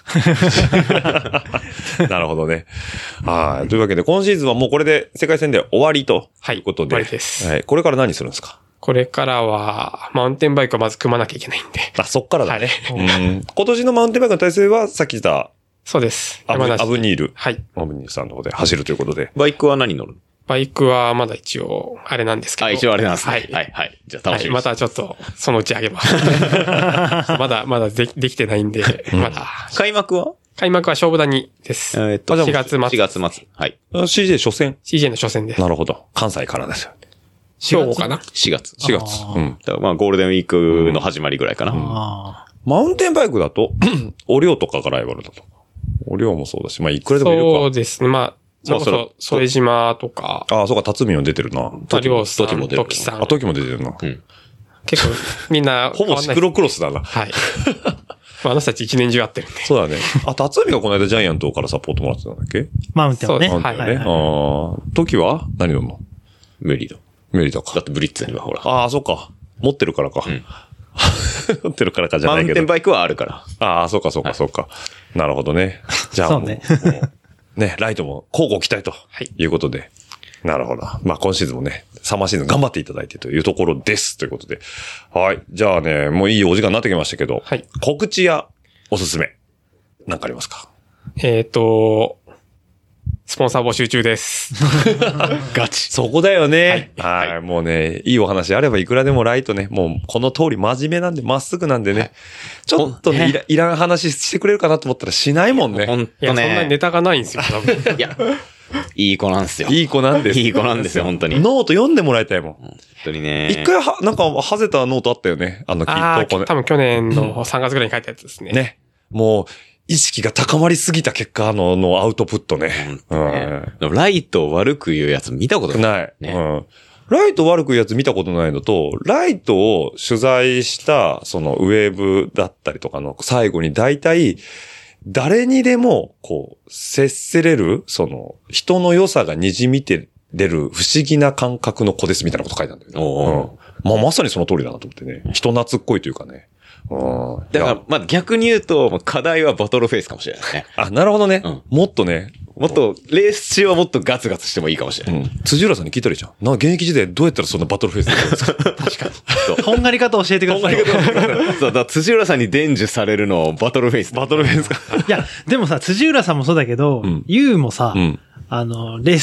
なるほどね。はい。というわけで、今シーズンはもうこれで世界戦で終わりということで。 終わりです。 はい。これから何するんですか？ これからは、マウンテンバイクをまず組まなきゃいけないんで。 そっからだね。今年のマウンテンバイクの体制は、さっき言った、 そうです。 アブニール。 はい。 アブニールさんの方で走るということで。 バイクは何乗る？ バイクはまだ一応、あれなんですけど。 一応あれなんですね。 はい。 はい。じゃあ楽しみです。 またちょっと、そのうちあげます。まだできてないんで、まだ。 開幕は勝負谷です。4月末。 4月末。はい。 CJ 初戦 ?CJ の初戦です。 なるほど。関西からですよ。 兵庫かな ?4 月。 だからまあゴールデンウィークの始まりぐらいかな。 マウンテンバイクだと、おりょうとかがライバルだと。おりょうもそうだし、まあいくらでもいるか。 そうですね。まあ、添島とか。 そうか、辰巳も出てるな。 りょうさん、トキさん。 トキも出てるな。 結構、みんな。 ほぼシクロクロスだな。 はい。 まあ、私たち一年中会ってるんで。 そうだね。あ、辰巳がこの間ジャイアントからサポートもらってたんだっけ？ マウンテンをね。 そうマウンテンね。 はい時は何飲むの？ メリード。 メリーだか。 だってブリッツェンがほら。 ああ、そうか。持ってるからか。持ってるからかじゃマないけど。 ウンテンバイクはあるから。 ああ、そうかそうかそうか。なるほどね。じゃあ、 そうねね、ライトも交互期待ということで。なるほど。まあ今シーズンもね、サマーシーズン頑張っていただいてというところです。ということで。はい。じゃあね、もういいお時間になってきましたけど、 はい。 告知やおすすめ、なんかありますか？ スポンサー募集中です。 ガチ。 そこだよね。 はい。 はい。もうね、いいお話あればいくらでもライトね、もうこの通り真面目なんで、まっすぐなんでね、はい、ちょっとね、いらん話してくれるかなと思ったらしないもんね。 ほんとね。 いや、そんなにネタがないんですよ、多分。 いや、いい子なんですよ。 いい子なんです。 いい子なんですよ、本当に。 ノート読んでもらいたいもん。 本当にね。 一回なんか、はぜたノートあったよね。投稿ね。多分去年の3月ぐらいに書いたやつですね。 ね。もう、意識が高まりすぎた結果のアウトプットね。 ライトを悪く言うやつ見たことない。 ない。ライト悪く言うやつ見たことないのと、ライトを取材した、そのウェーブだったりとかの最後に大体、誰にでも、こう、接せれる、その、人の良さが滲みて出る不思議な感覚の子ですみたいなこと書いてあるんだよね。まあ、まさにその通りだなと思ってね。人懐っこいというかね。 だから、まあ、逆に言うと、課題はバトルフェイスかもしれないね。 あ、なるほどね。もっとね。 もっと、レース中はもっとガツガツしてもいいかもしれない。 辻浦さんに聞いたらいいじゃん。現役時代どうやったらそんなバトルフェイスできるんですか？確かに。とんがり方教えてください。 そう、だ辻浦さんに伝授されるのをバトルフェイス。 バトルフェイスか。 いや、でもさ、辻浦さんもそうだけど、ユウもさ、レー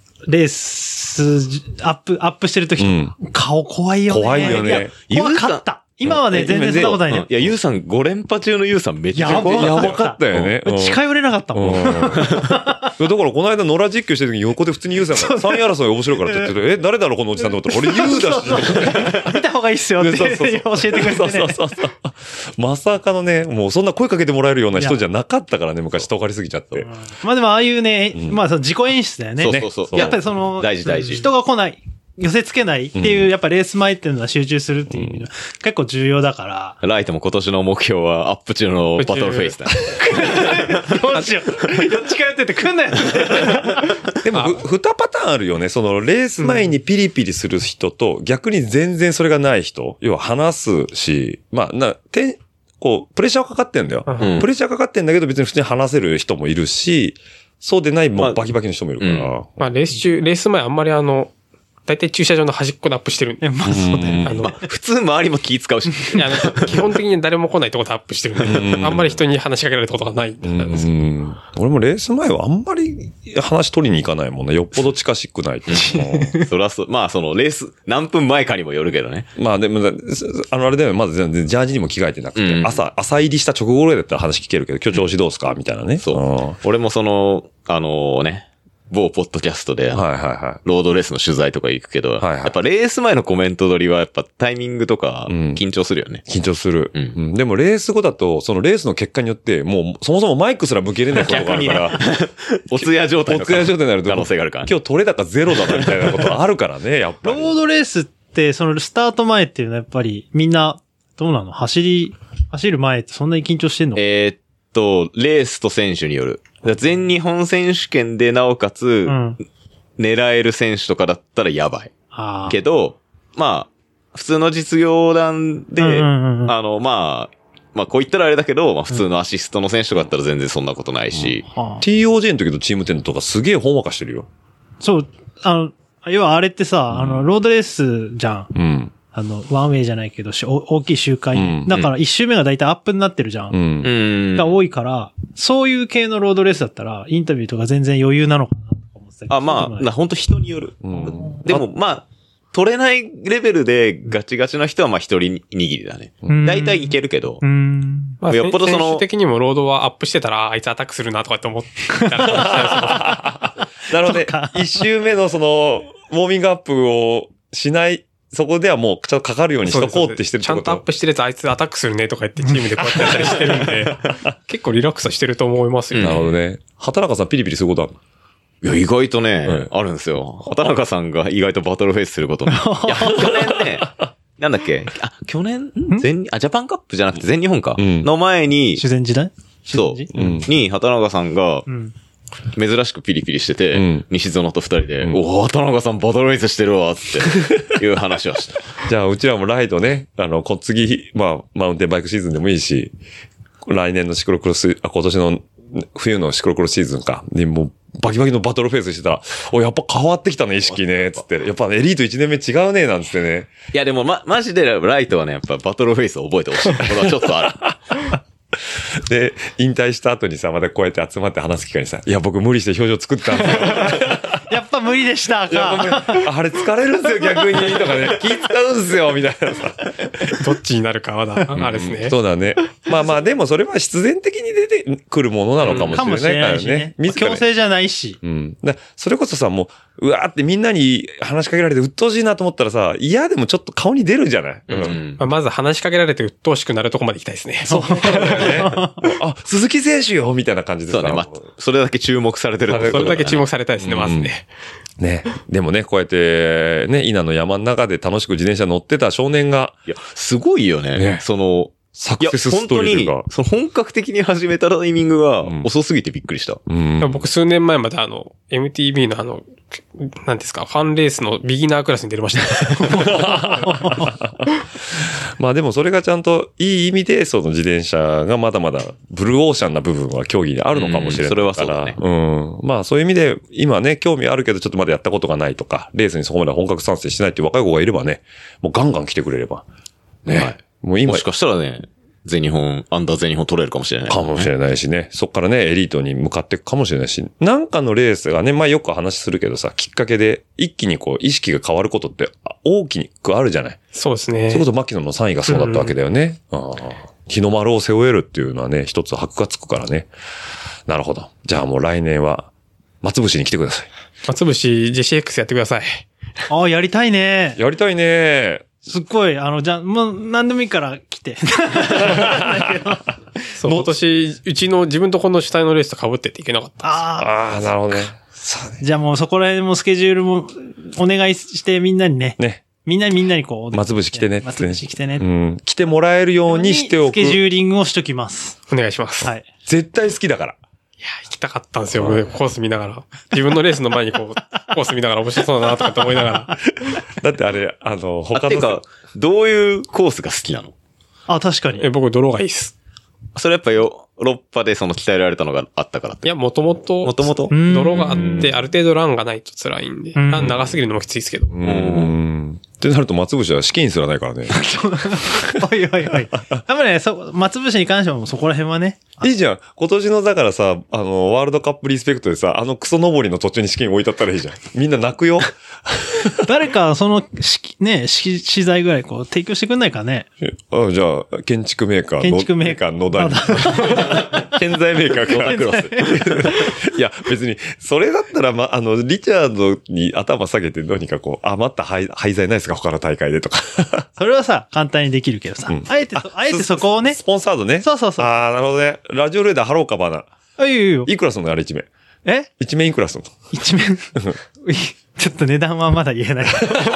ス、アップしてるとき、顔怖いよね。 怖いよね。 怖かった。今はね、全然そんなことないね。 いや、ユウさん5連覇中のユウさんめっちゃ怖やばかったよね。 近寄れなかったもん。 だからこの間野良実況してる時に横で普通にユウさんが3位争い面白いからって言ってて、誰だろうこのおじさんと思ったら、俺ユウだし。 見た方がいいっすよって教えてくれてね。 そう。まさかのね、もうそんな声かけてもらえるような人じゃなかったからね、昔尖りすぎちゃって。 まあでもああいうね、まあ自己演出だよね。 そう。 やっぱりその、 大事。 人が来ない。寄せ付けないっていう、やっぱレース前っていうのは集中するっていう意味では結構重要だから。 ライトも今年の目標はアップ中のバトルフェイスだ。 どうしよう。どっちかやってて来んなよ。 でも、2パターンあるよね。そのレース前にピリピリする人と、逆に全然それがない人。要は話すし、まあ、こう、プレッシャーかかってんだよ。プレッシャーかかってんだけど別に普通に話せる人もいるし、そうでないもうバキバキの人もいるから。 まあ、レース前あんまり大体駐車場の端っこでアップしてるんで。 まあそうだよ。 普通周りも気使うし。 いや、基本的に誰も来ないところでアップしてるんで、あんまり人に話しかけられたことがないんです。 俺もレース前はあんまり話取りに行かないもんね。よっぽど近しくないと。 そらそう。まあそのレース何分前かにもよるけどね。 まあでも、あれだよね。まず全然ジャージにも着替えてなくて、朝入りした直後ぐらいだったら話聞けるけど、今日調子どうすかみたいなね。 そう。俺も某ポッドキャストで、ロードレースの取材とか行くけど、やっぱレース前のコメント取りはやっぱタイミングとか緊張するよね。 緊張する。でもレース後だと、そのレースの結果によって、もうそもそもマイクすら向けれないことがあるから、 お通夜状態になると、 可能性があるから。 今日取れ高ゼロだなみたいなことあるからね、やっぱり。 ロードレースって、そのスタート前っていうのはやっぱりみんな、どうなの？走る前ってそんなに緊張してんの？ レースと選手による。全日本選手権でなおかつ、狙える選手とかだったらやばい。けど、まあ、普通の実業団で、まあ、こう言ったらあれだけど、まあ普通のアシストの選手とかだったら全然そんなことないし。 TOJ の時のチーム10とかすげえほんわかしてるよ。 そう、要はあれってさ、ロードレースじゃん。ワンウェイじゃないけど、大きい周回。だから一周目がだいたいアップになってるじゃん。が多いから、そういう系のロードレースだったら、インタビューとか全然余裕なのかなと思ってたけど。 まあ、本当人による。でも、まあ、取れないレベルでガチガチの人はまあ一人握りだね。大体いけるけど。 まあ、よっぽど選手的にもロードはアップしてたら、あいつアタックするなとかって思ってたら。 なので、一周目のその、ウォーミングアップをしない、そこではもうちょっとかかるようにしとこうってしてるってこと。 ちゃんとアップしてるやつあいつアタックするねとか言ってチームでこうやってやったりしてるんで、結構リラックスしてると思いますよ。 なるほどね。畑中さんピリピリすることある？ いや、意外とね、あるんですよ。畑中さんが意外とバトルフェイスすることも。いや、去年ね、 なんだっけ去年ジャパンカップじゃなくて全日本か。の前に、 自然時代そう。に、畑中さんが、珍しくピリピリしてて、西園と二人で、お畑中さんバトルレースしてるわ、っていう話をした。 じゃあ、うちらもライトね、次、マウンテンバイクシーズンでもいいし、来年のシクロクロス、今年の冬のシクロクロスシーズンか。で、もう、バキバキのバトルフェイスしてたら、やっぱ変わってきたね、意識ね、つって。やっぱエリート1年目違うね、なんつってね。 いや、でもマジでライトはね、やっぱバトルフェイスを覚えてほしい。これはちょっとある。 で、引退した後にさ、またこうやって集まって話す機会にさ、いや、僕無理して表情作ったんですよ。 やっぱ無理でしたか。 あれ疲れるんですよ、逆に。とかね、気使うんですよ、みたいなさ。 どっちになるかはあれですね。 そうだね。まあ、でもそれは必然的に出てくるものなのかもしれないからね。 強制じゃないし。 それこそさ、もう、うわーってみんなに話しかけられて鬱陶しいなと思ったらさ、嫌でもちょっと顔に出るじゃない、 まず話しかけられて鬱陶しくなるとこまで行きたいですね。 そうだね。鈴木選手よみたいな感じでさ。 そうね。それだけ注目されてる。 それだけ注目されたいですね、まずね。 ね。でもね、こうやって、ね、稲の山の中で楽しく自転車乗ってた少年が。 いや、すごいよね。 サクセスストーリーというか。 本当に、本格的に始めたタイミングが遅すぎてびっくりした。 僕数年前までMTB の何ですか、ファンレースのビギナークラスに出れました。 まあでもそれがちゃんといい意味で、その自転車がまだまだブルーオーシャンな部分は競技にあるのかもしれないから。それはそうだね。まあそういう意味で、今ね、興味あるけどちょっとまだやったことがないとか、レースにそこまで本格参戦してないっていう若い子がいればね、もうガンガン来てくれれば。ね。はい、もう今。 もしかしたらね、全日本、アンダー全日本取れるかもしれない、 かもしれないしね。そっからね、エリートに向かっていくかもしれないし。なんかのレースがね、まあよく話するけどさ、きっかけで一気にこう意識が変わることって大きくあるじゃない。 そうですね。 そういうこと牧野の3位がそうだったわけだよね。日の丸を背負えるっていうのはね、一つ箔がつくからね。なるほど。じゃあもう来年は、松伏に来てください。 松伏 JCX やってください。 やりたいね。 やりたいね。 すっごい、じゃあ、もう何でもいいから来て。 そう、今年、うちの自分とこの主体のレースと被ってっていけなかったんです。 ああ、なるほどね。 じゃあもうそこら辺もスケジュールもお願いしてみんなにね。みんなにこう。 松伏来てね。 松伏来てね。 来てもらえるようにしておく。 スケジューリングをしときます。 お願いします。 はい。 絶対好きだから。 いや、行きたかったんですよ。コース見ながら。自分のレースの前にこう、コース見ながら面白そうだなとかって思いながら。 だってあれ、他の。 か、どういうコースが好きなの？ 確かに。 僕、泥がいいっす。 それやっぱヨーロッパで鍛えられたのがあったからって。 いや、もともと。泥があって、ある程度ランがないと辛いんで。ラン長すぎるのもきついですけど。 ってなると松伏は資金すらないからね。 おい。多分ね、松伏に関してはそこら辺はね。 いいじゃん。今年のだからさ、ワールドカップリスペクトでさ、クソ登りの途中に資金置いてあったらいいじゃん。みんな泣くよ。 誰か、資材ぐらいこう、提供してくんないかね。 じゃあ、建築メーカー野田に。建材メーカーコタクロス。いや、別に、それだったら、リチャードに頭下げてどうにかこう、余った廃材ないですか他の大会でとか。 それはさ、簡単にできるけどさ。あえてそこをね。 スポンサードね。 そう。 ああ、なるほどね。ラジオレーダー貼ろうか、バナ。 いいよ。 いくらすんのあれ1名。1名いくらすんの ?1 名ちょっと値段はまだ言えない。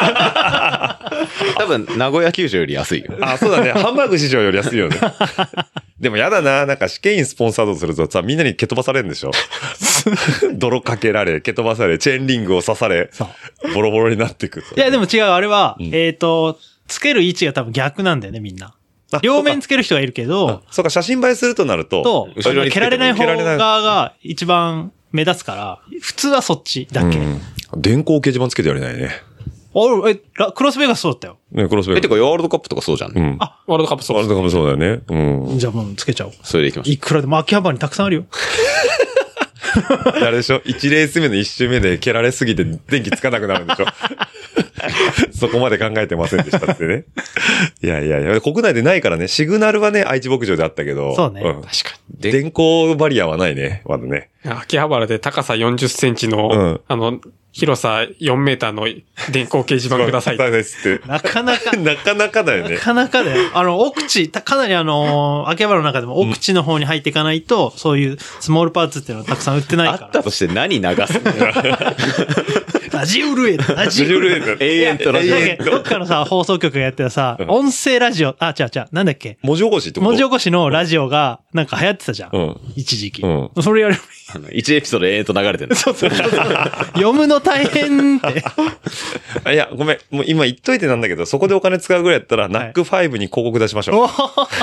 多分、名古屋球場より安いよ。 そうだね。ハンバーグ市場より安いよね。でもやだな。なんか試験員スポンサードするとさ、みんなに蹴飛ばされるんでしょ。泥かけられ、蹴飛ばされ、チェーンリングを刺され、ボロボロになっていく。 いや、でも違う。あれは、つける位置が多分逆なんだよね、みんな。両面つける人がいるけど。 そうか、写真映えするとなると、 後ろに蹴られない方側が一番目立つから、普通はそっちだけ。 電光掲示板つけてやれないね。 クロスベガスそうだったよ。 ね、クロスベガス。 てか、ワールドカップとかそうじゃん。 ワールドカップそう。 ワールドカップそうだよね。 じゃあもうつけちゃおう。 それでいきましょう。 いくらでも秋葉原にたくさんあるよ。 あれでしょ ?1 レース目の1周目で蹴られすぎて電気つかなくなるんでしょそこまで考えてませんでしたってね。いや、国内でないからね、シグナルはね、愛知牧場であったけど。 そうね。 確かに。電光バリアはないね、まだね。 秋葉原で高さ40センチの、広さ4メーターの電光掲示板ください。 なかなか。 なかなかだよね。 なかなかだよ。奥地、かなり秋葉原の中でも奥地の方に入っていかないと、そういうスモールパーツっていうのはたくさん売ってないから。 あったとして何流すのラジオルエダ。 ラジオルエダ。 永遠とラジオ。 どっかのさ、放送局がやってたさ、音声ラジオ、違う、なんだっけ文字起こしってこと文字起こしのラジオが、なんか流行ってたじゃん。一時期。それやる。 1エピソード永遠と流れてる。 そう。読むの大変って。 いや、ごめん。もう今言っといてなんだけど、そこでお金使うぐらいやったら、ナック5に広告出しましょう。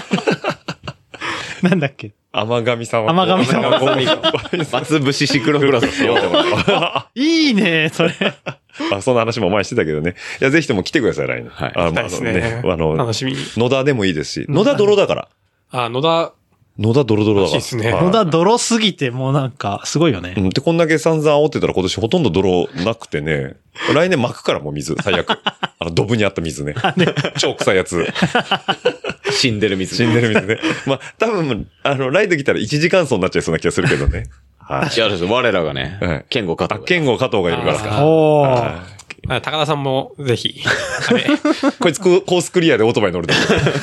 なんだっけ甘神様。 甘神様。 松伏シクロクロスしようと思って。 いいね、それ。 そんな話も前してたけどね。いや、ぜひとも来てください、来年。 はい。 楽しみに。 野田でもいいですし、野田泥だから。 野田ドロドロだから。 ですね。 野田泥すぎて、もうなんか、すごいよね。 で、こんだけ散々煽ってたら今年ほとんど泥なくてね、来年巻くからもう水、最悪。ドブにあった水ね。超臭いやつ。 死んでる水ね。まあ、多分、ライト来たら1時間走になっちゃいそうな気がするけどね。 はい。いや、我らがね、ケンゴ加藤。 ケンゴ加藤がいるから。 高田さんもぜひ。 こいつコースクリアでオートバイ乗ると。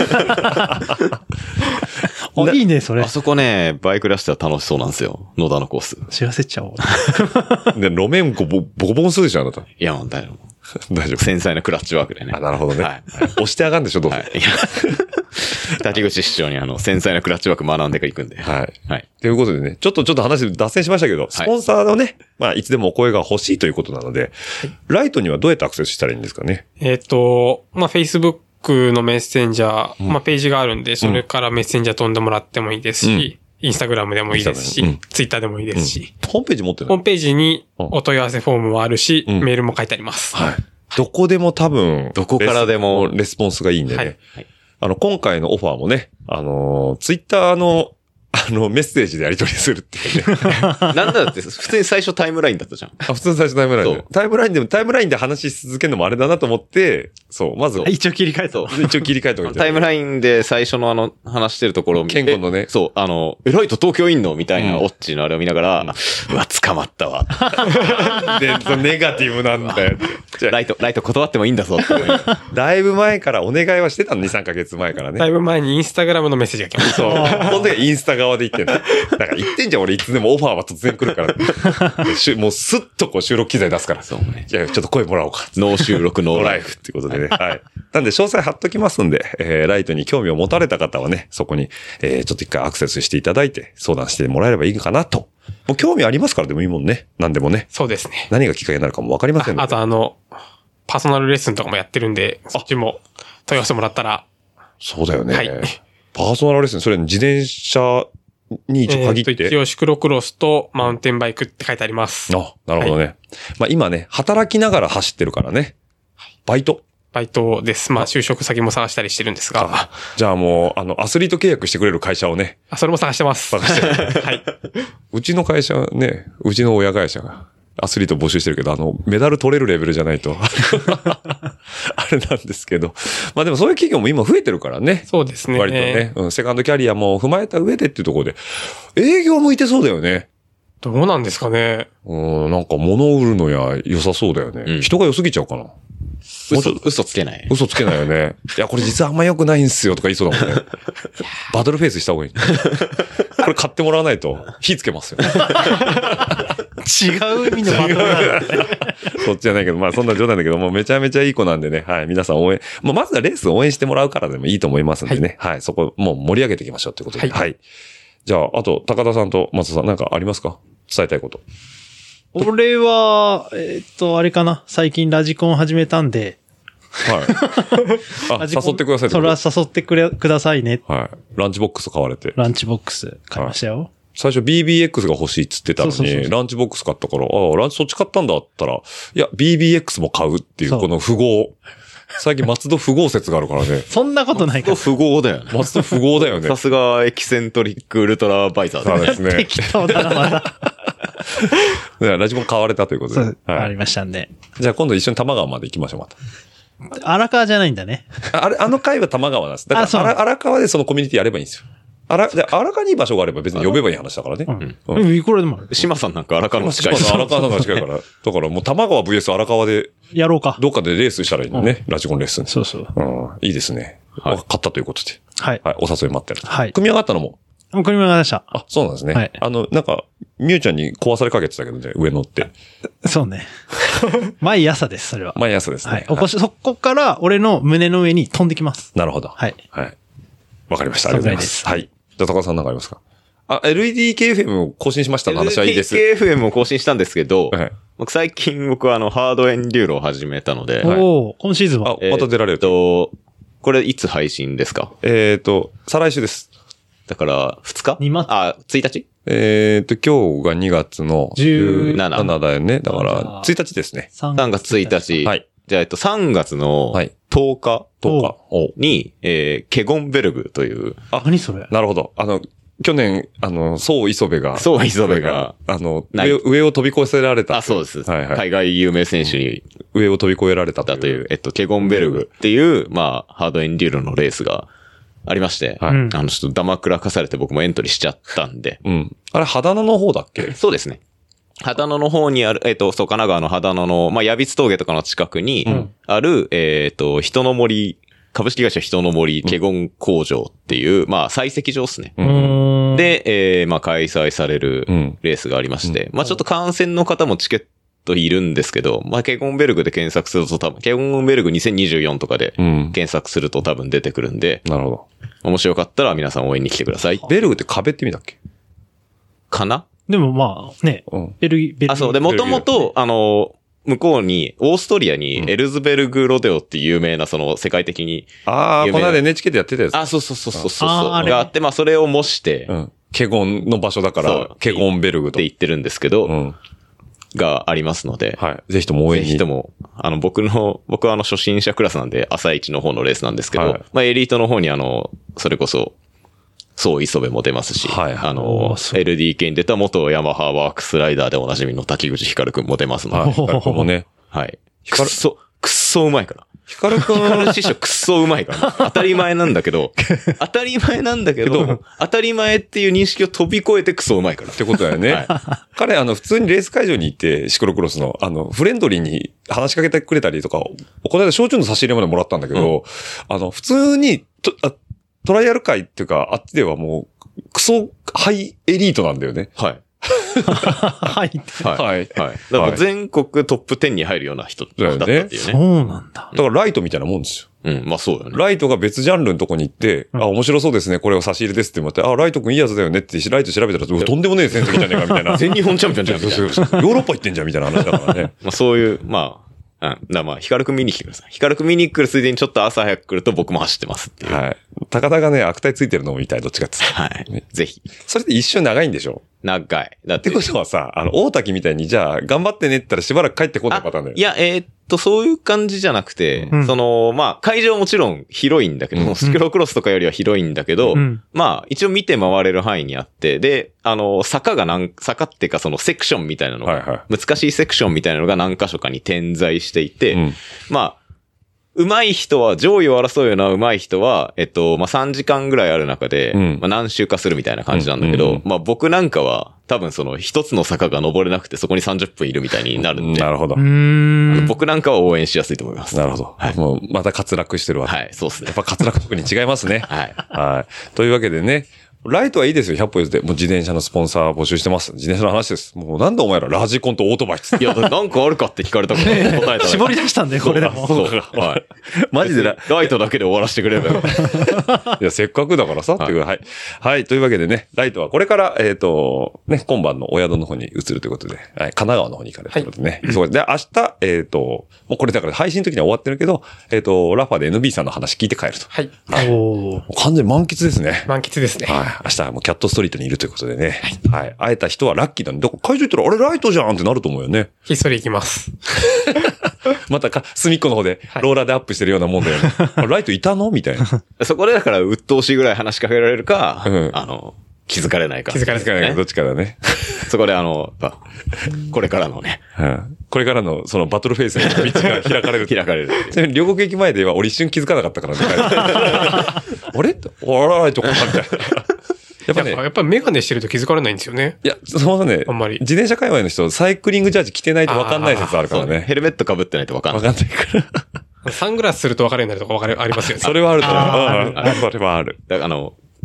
いいね、それ。 あそこね、バイク出したら楽しそうなんですよ。野田のコース。 知らせちゃおう。 で、路面ボコボコするでしょ、あなた。 いや、大丈夫。 繊細なクラッチワークでね。 なるほどね。はい。押してあがんでしょ、どうせ。 滝口市長に繊細なクラッチワーク学んでいくんで。 はい。はい。ということでね、ちょっと話脱線しましたけど、スポンサーのね、まあ、いつでもお声が欲しいということなので、ライトにはどうやってアクセスしたらいいんですかね。 まあ、Facebookのメッセンジャー、まあ、ページがあるんで、それからメッセンジャー飛んでもらってもいいですし、インスタグラムでもいいですし、ツイッターでもいいですし。 ホームページ持ってるホームページにお問い合わせフォームもあるし、メールも書いてあります。 はい。どこでも多分、 どこからでもレスポンスがいいんでね。今回のオファーもね、ツイッターの、メッセージでやり取りするっていうね。 なんだって、普通に最初タイムラインだったじゃん。 普通に最初タイムラインで。タイムラインで話し続けるのもあれだなと思って、そう、まず。 一応切り替えた。 一応切り替えた。 タイムラインで最初の話してるところを見て。 健康のね。 そう、ライト東京いんのみたいなオッチのあれを見ながら、うわ、捕まったわ。 で、ネガティブなんだよ。 ライト断ってもいいんだぞって。 だいぶ前からお願いはしてたの、2、3ヶ月前からね。 だいぶ前にインスタグラムのメッセージが来ました。 そう。その時インスタ側で言ってんだ。だから言ってんじゃん、俺いつでもオファーは突然来るから。もうスッとこう収録機材出すから。 そうね。 じゃあちょっと声もらおうか。 ノー収録ノーライフってことでね。はい。なんで詳細貼っときますんで、ライトに興味を持たれた方はね、そこに、ちょっと一回アクセスしていただいて相談してもらえればいいかなと。もう興味ありますからでもいいもんね。何でもね。 そうですね。 何がきっかけになるかもわかりませんので。 あとパーソナルレッスンとかもやってるんで、そっちも問い合わせてもらったら。 そうだよね。 はい。 パーソナルレッスン、それ自転車に一応限って。 一応シクロクロスとマウンテンバイクって書いてあります。 あ、なるほどね。はい、まあ今ね、働きながら走ってるからね。バイトです。まあ就職先も探したりしてるんですが。 じゃあもう、アスリート契約してくれる会社をね。 それも探してます。 探してる。はい。うちの会社ね、うちの親会社が。アスリート募集してるけど、メダル取れるレベルじゃないと。あれなんですけど。まあでもそういう企業も今増えてるからね。 そうですね。 割とね。セカンドキャリアも踏まえた上でっていうところで。営業向いてそうだよね。 どうなんですかね。 なんか物を売るのや良さそうだよね。人が良すぎちゃうかな。 嘘つけない。 嘘つけないよね。いや、これ実はあんま良くないんすよとか言いそうだもんね。バトルフェイスした方がいい。これ買ってもらわないと火つけますよ。 違う意味のバトルなんだね。 そっちじゃないけど、まあそんな冗談だけど、もうめちゃめちゃいい子なんでね。はい。皆さん応援。まずはレース応援してもらうからでもいいと思いますんでね。はい。そこ、もう盛り上げていきましょうということで。はい。じゃあ、あと、高田さんと松田さんなんかありますか？伝えたいこと。 俺は、あれかな。最近ラジコン始めたんで。 はい。誘ってください。 それは誘ってくださいね。 はい。ランチボックス買われて。 ランチボックス買いましたよ。 最初 BBX が欲しいっつってたのに、ランチボックス買ったから、ランチそっち買ったんだったら、いや、BBX も買うっていう、この符号。最近松戸符号説があるからね。 そんなことないから。 松戸符号だよね。 松戸符号だよね。 さすがエキセントリックウルトラバイザーだね。そうですね。 適当だな、まだ。 ラジコン買われたということで。 ありましたんで。 じゃあ今度一緒に多摩川まで行きましょう、また。 荒川じゃないんだね。 回は多摩川なんです。だから荒川でそのコミュニティやればいいんですよ。荒川にいい場所があれば別に呼べばいい話だからね。 いくらでもある。 島さんなんか荒川の近い。 荒川の近いから。だからもう多摩川 VS 荒川で。 やろうか。 どっかでレースしたらいいのね。ラジコンレッスン。 そうそう。 いいですね。買ったということで。 はい。 お誘い待ってる。 はい。 組み上がったのも。 もう車が出した。 あ、そうなんですね。 はい。 なんか、みゆちゃんに壊されかけてたけどね、上乗って。 そうね。毎朝です、それは。 毎朝ですね。 はい。そこから俺の胸の上に飛んできます。 なるほど。 はい。 はい。わかりました。ありがとうございます。はい。じゃあ、高田さんなんかありますか？LEDKFM を更新しましたの話はいいです。 LEDKFM を更新したんですけど、はい、最近僕はハードエンデューロを始めたので。 今シーズンは。 また出られるこれいつ配信ですか？ 再来週です。 だから、2日 2月 1日今日が2月の17だよね。だから、1日ですね。 3月1日。はい。じゃあ、3月の10日に、ケゴンベルグという。 何それ？ なるほど。去年、宋磯部が、上を飛び越えられた。 あ、そうです。はいはい。海外有名選手に、 上を飛び越えられたという。 ケゴンベルグっていう、ハードエンデューロのレースがありまして、はい。ちょっとダマくらかされて僕もエントリーしちゃったんで。 うん。あれ、秦野の方だっけ？ そうですね。秦野の方にある、神奈川の秦野の、矢櫃峠とかの近くにある、人の森、株式会社人の森ケゴン工場っていう、採石場ですね。で、開催されるレースがありまして、ちょっと観戦の方もチケットいるんですけど、ケゴンベルグで検索すると多分、ケゴンベルグ2024とかで検索すると多分出てくるんで、 なるほど。 面白かったら皆さん応援に来てください。 ベルグって壁って意味だっけ？ かな？ でもベルギー。 あ、そう。で、もともと、向こうに、オーストリアにエルズベルグロデオっていう有名な、世界的に。 ああ、この間 NHK でやってたやつ。 あ、そう。があって、それを模して、 ケゴンの場所だから、ケゴンベルグと。 って言ってるんですけど、がありますので。 はい。ぜひとも応援に。 ぜひとも、僕は初心者クラスなんで、朝一の方のレースなんですけど、エリートの方にそれこそ、そう、磯部も出ますし、はい、LDK に出た元ヤマハワークスライダーでおなじみの滝口光くんも出ますので。 はい、もね。 はい。くっそうまいから。 光くんの師匠くっそうまいから。当たり前なんだけど、当たり前っていう認識を飛び越えてくそうまいから。 ってことだよね。はい、彼、普通にレース会場に行って、シクロクロスの、フレンドリーに話しかけてくれたりとか、この間焼酎の差し入れまでもらったんだけど、普通に、トライアル会っていうか、あっちではもう、クソハイエリートなんだよね。 はい。 はい。 はい。だから全国トップ10に入るような人だったっていうね。 そうなんだ。 だからライトみたいなもんですよ。そうだよね。 ライトが別ジャンルのとこに行って、面白そうですね、これを差し入れですって言って、ライトくんいいやつだよねって、ライト調べたら、とんでもねえ戦績じゃねえかみたいな。 全日本チャンピオンじゃん。ヨーロッパ行ってんじゃんみたいな話だからね。 そういう、ヒカルくん見に来てください。ヒカルくん見に来るついでにちょっと朝早く来ると僕も走ってますっていう。 はい。高田がね、悪態ついてるのも見たい、どっちかってはい。ぜひ。 それって一瞬長いんでしょ？ 長い。 だって。ってことはさ、大滝みたいに、じゃあ、頑張ってねって言ったらしばらく帰ってこないパターンだよ。 いや、そういう感じじゃなくて、会場はもちろん広いんだけど、スクロークロスとかよりは広いんだけど、一応見て回れる範囲にあって、で、坂っていうかセクションみたいなのが、難しいセクションみたいなのが何箇所かに点在していて、上手い人は、上位を争うような上手い人は、3時間ぐらいある中で、何周かするみたいな感じなんだけど、僕なんかは、多分一つの坂が登れなくてそこに30分いるみたいになるんで。 なるほど。 僕なんかは応援しやすいと思います。 なるほど。はい、もう、また滑落してるわけ。 はい、そうですね。 やっぱ滑落特に違いますね。 はい。 はい。というわけでね、ライトはいいですよ、100歩譲って。もう自転車のスポンサー募集してます。自転車の話です。もうなんでお前らラジコンとオートバイっつって。 いや、なんかあるかって聞かれたから答えた。 絞り出したんで、これでも。 そう。はい。 マジでライトだけで終わらせてくれればよ。 いや、せっかくだからさ、っていう。はい。はい。というわけでね、ライトはこれから、今晩のお宿の方に移るということで、はい。神奈川の方に行かれるということでね。で、明日、もうこれだから配信の時には終わってるけど、ラファで NB さんの話聞いて帰ると。 はい。 完全に満喫ですね。 満喫ですね。 はい。明日はもうキャットストリートにいるということでね。はい。会えた人はラッキーだね。だから会場行ったら、あれライトじゃんってなると思うよね。 ひっそり行きます。 また隅っこの方で、ローラーでアップしてるようなもんだよね。ライトいたのみたいな。 そこでだから、鬱陶しいぐらい話しかけられるか、気づかれないか。 気づかれないか。 どっちかだね。 そこでこれからのね。 これからのバトルフェイスの道が開かれる。 開かれる。 ちなみに両国駅前では俺一瞬気づかなかったからね。あれライトかなみたいな。 やっぱりメガネしてると気づかれないんですよね。 いや、そうね。 あんまり。 自転車界隈の人、サイクリングジャージ着てないと分かんない説あるからね。 ヘルメット被ってないと分かんない。 分かんないから。 サングラスすると分かるようになるとかありますよね。 それはあると思う。それはある。 だから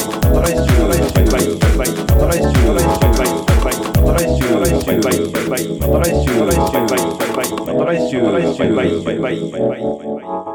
来週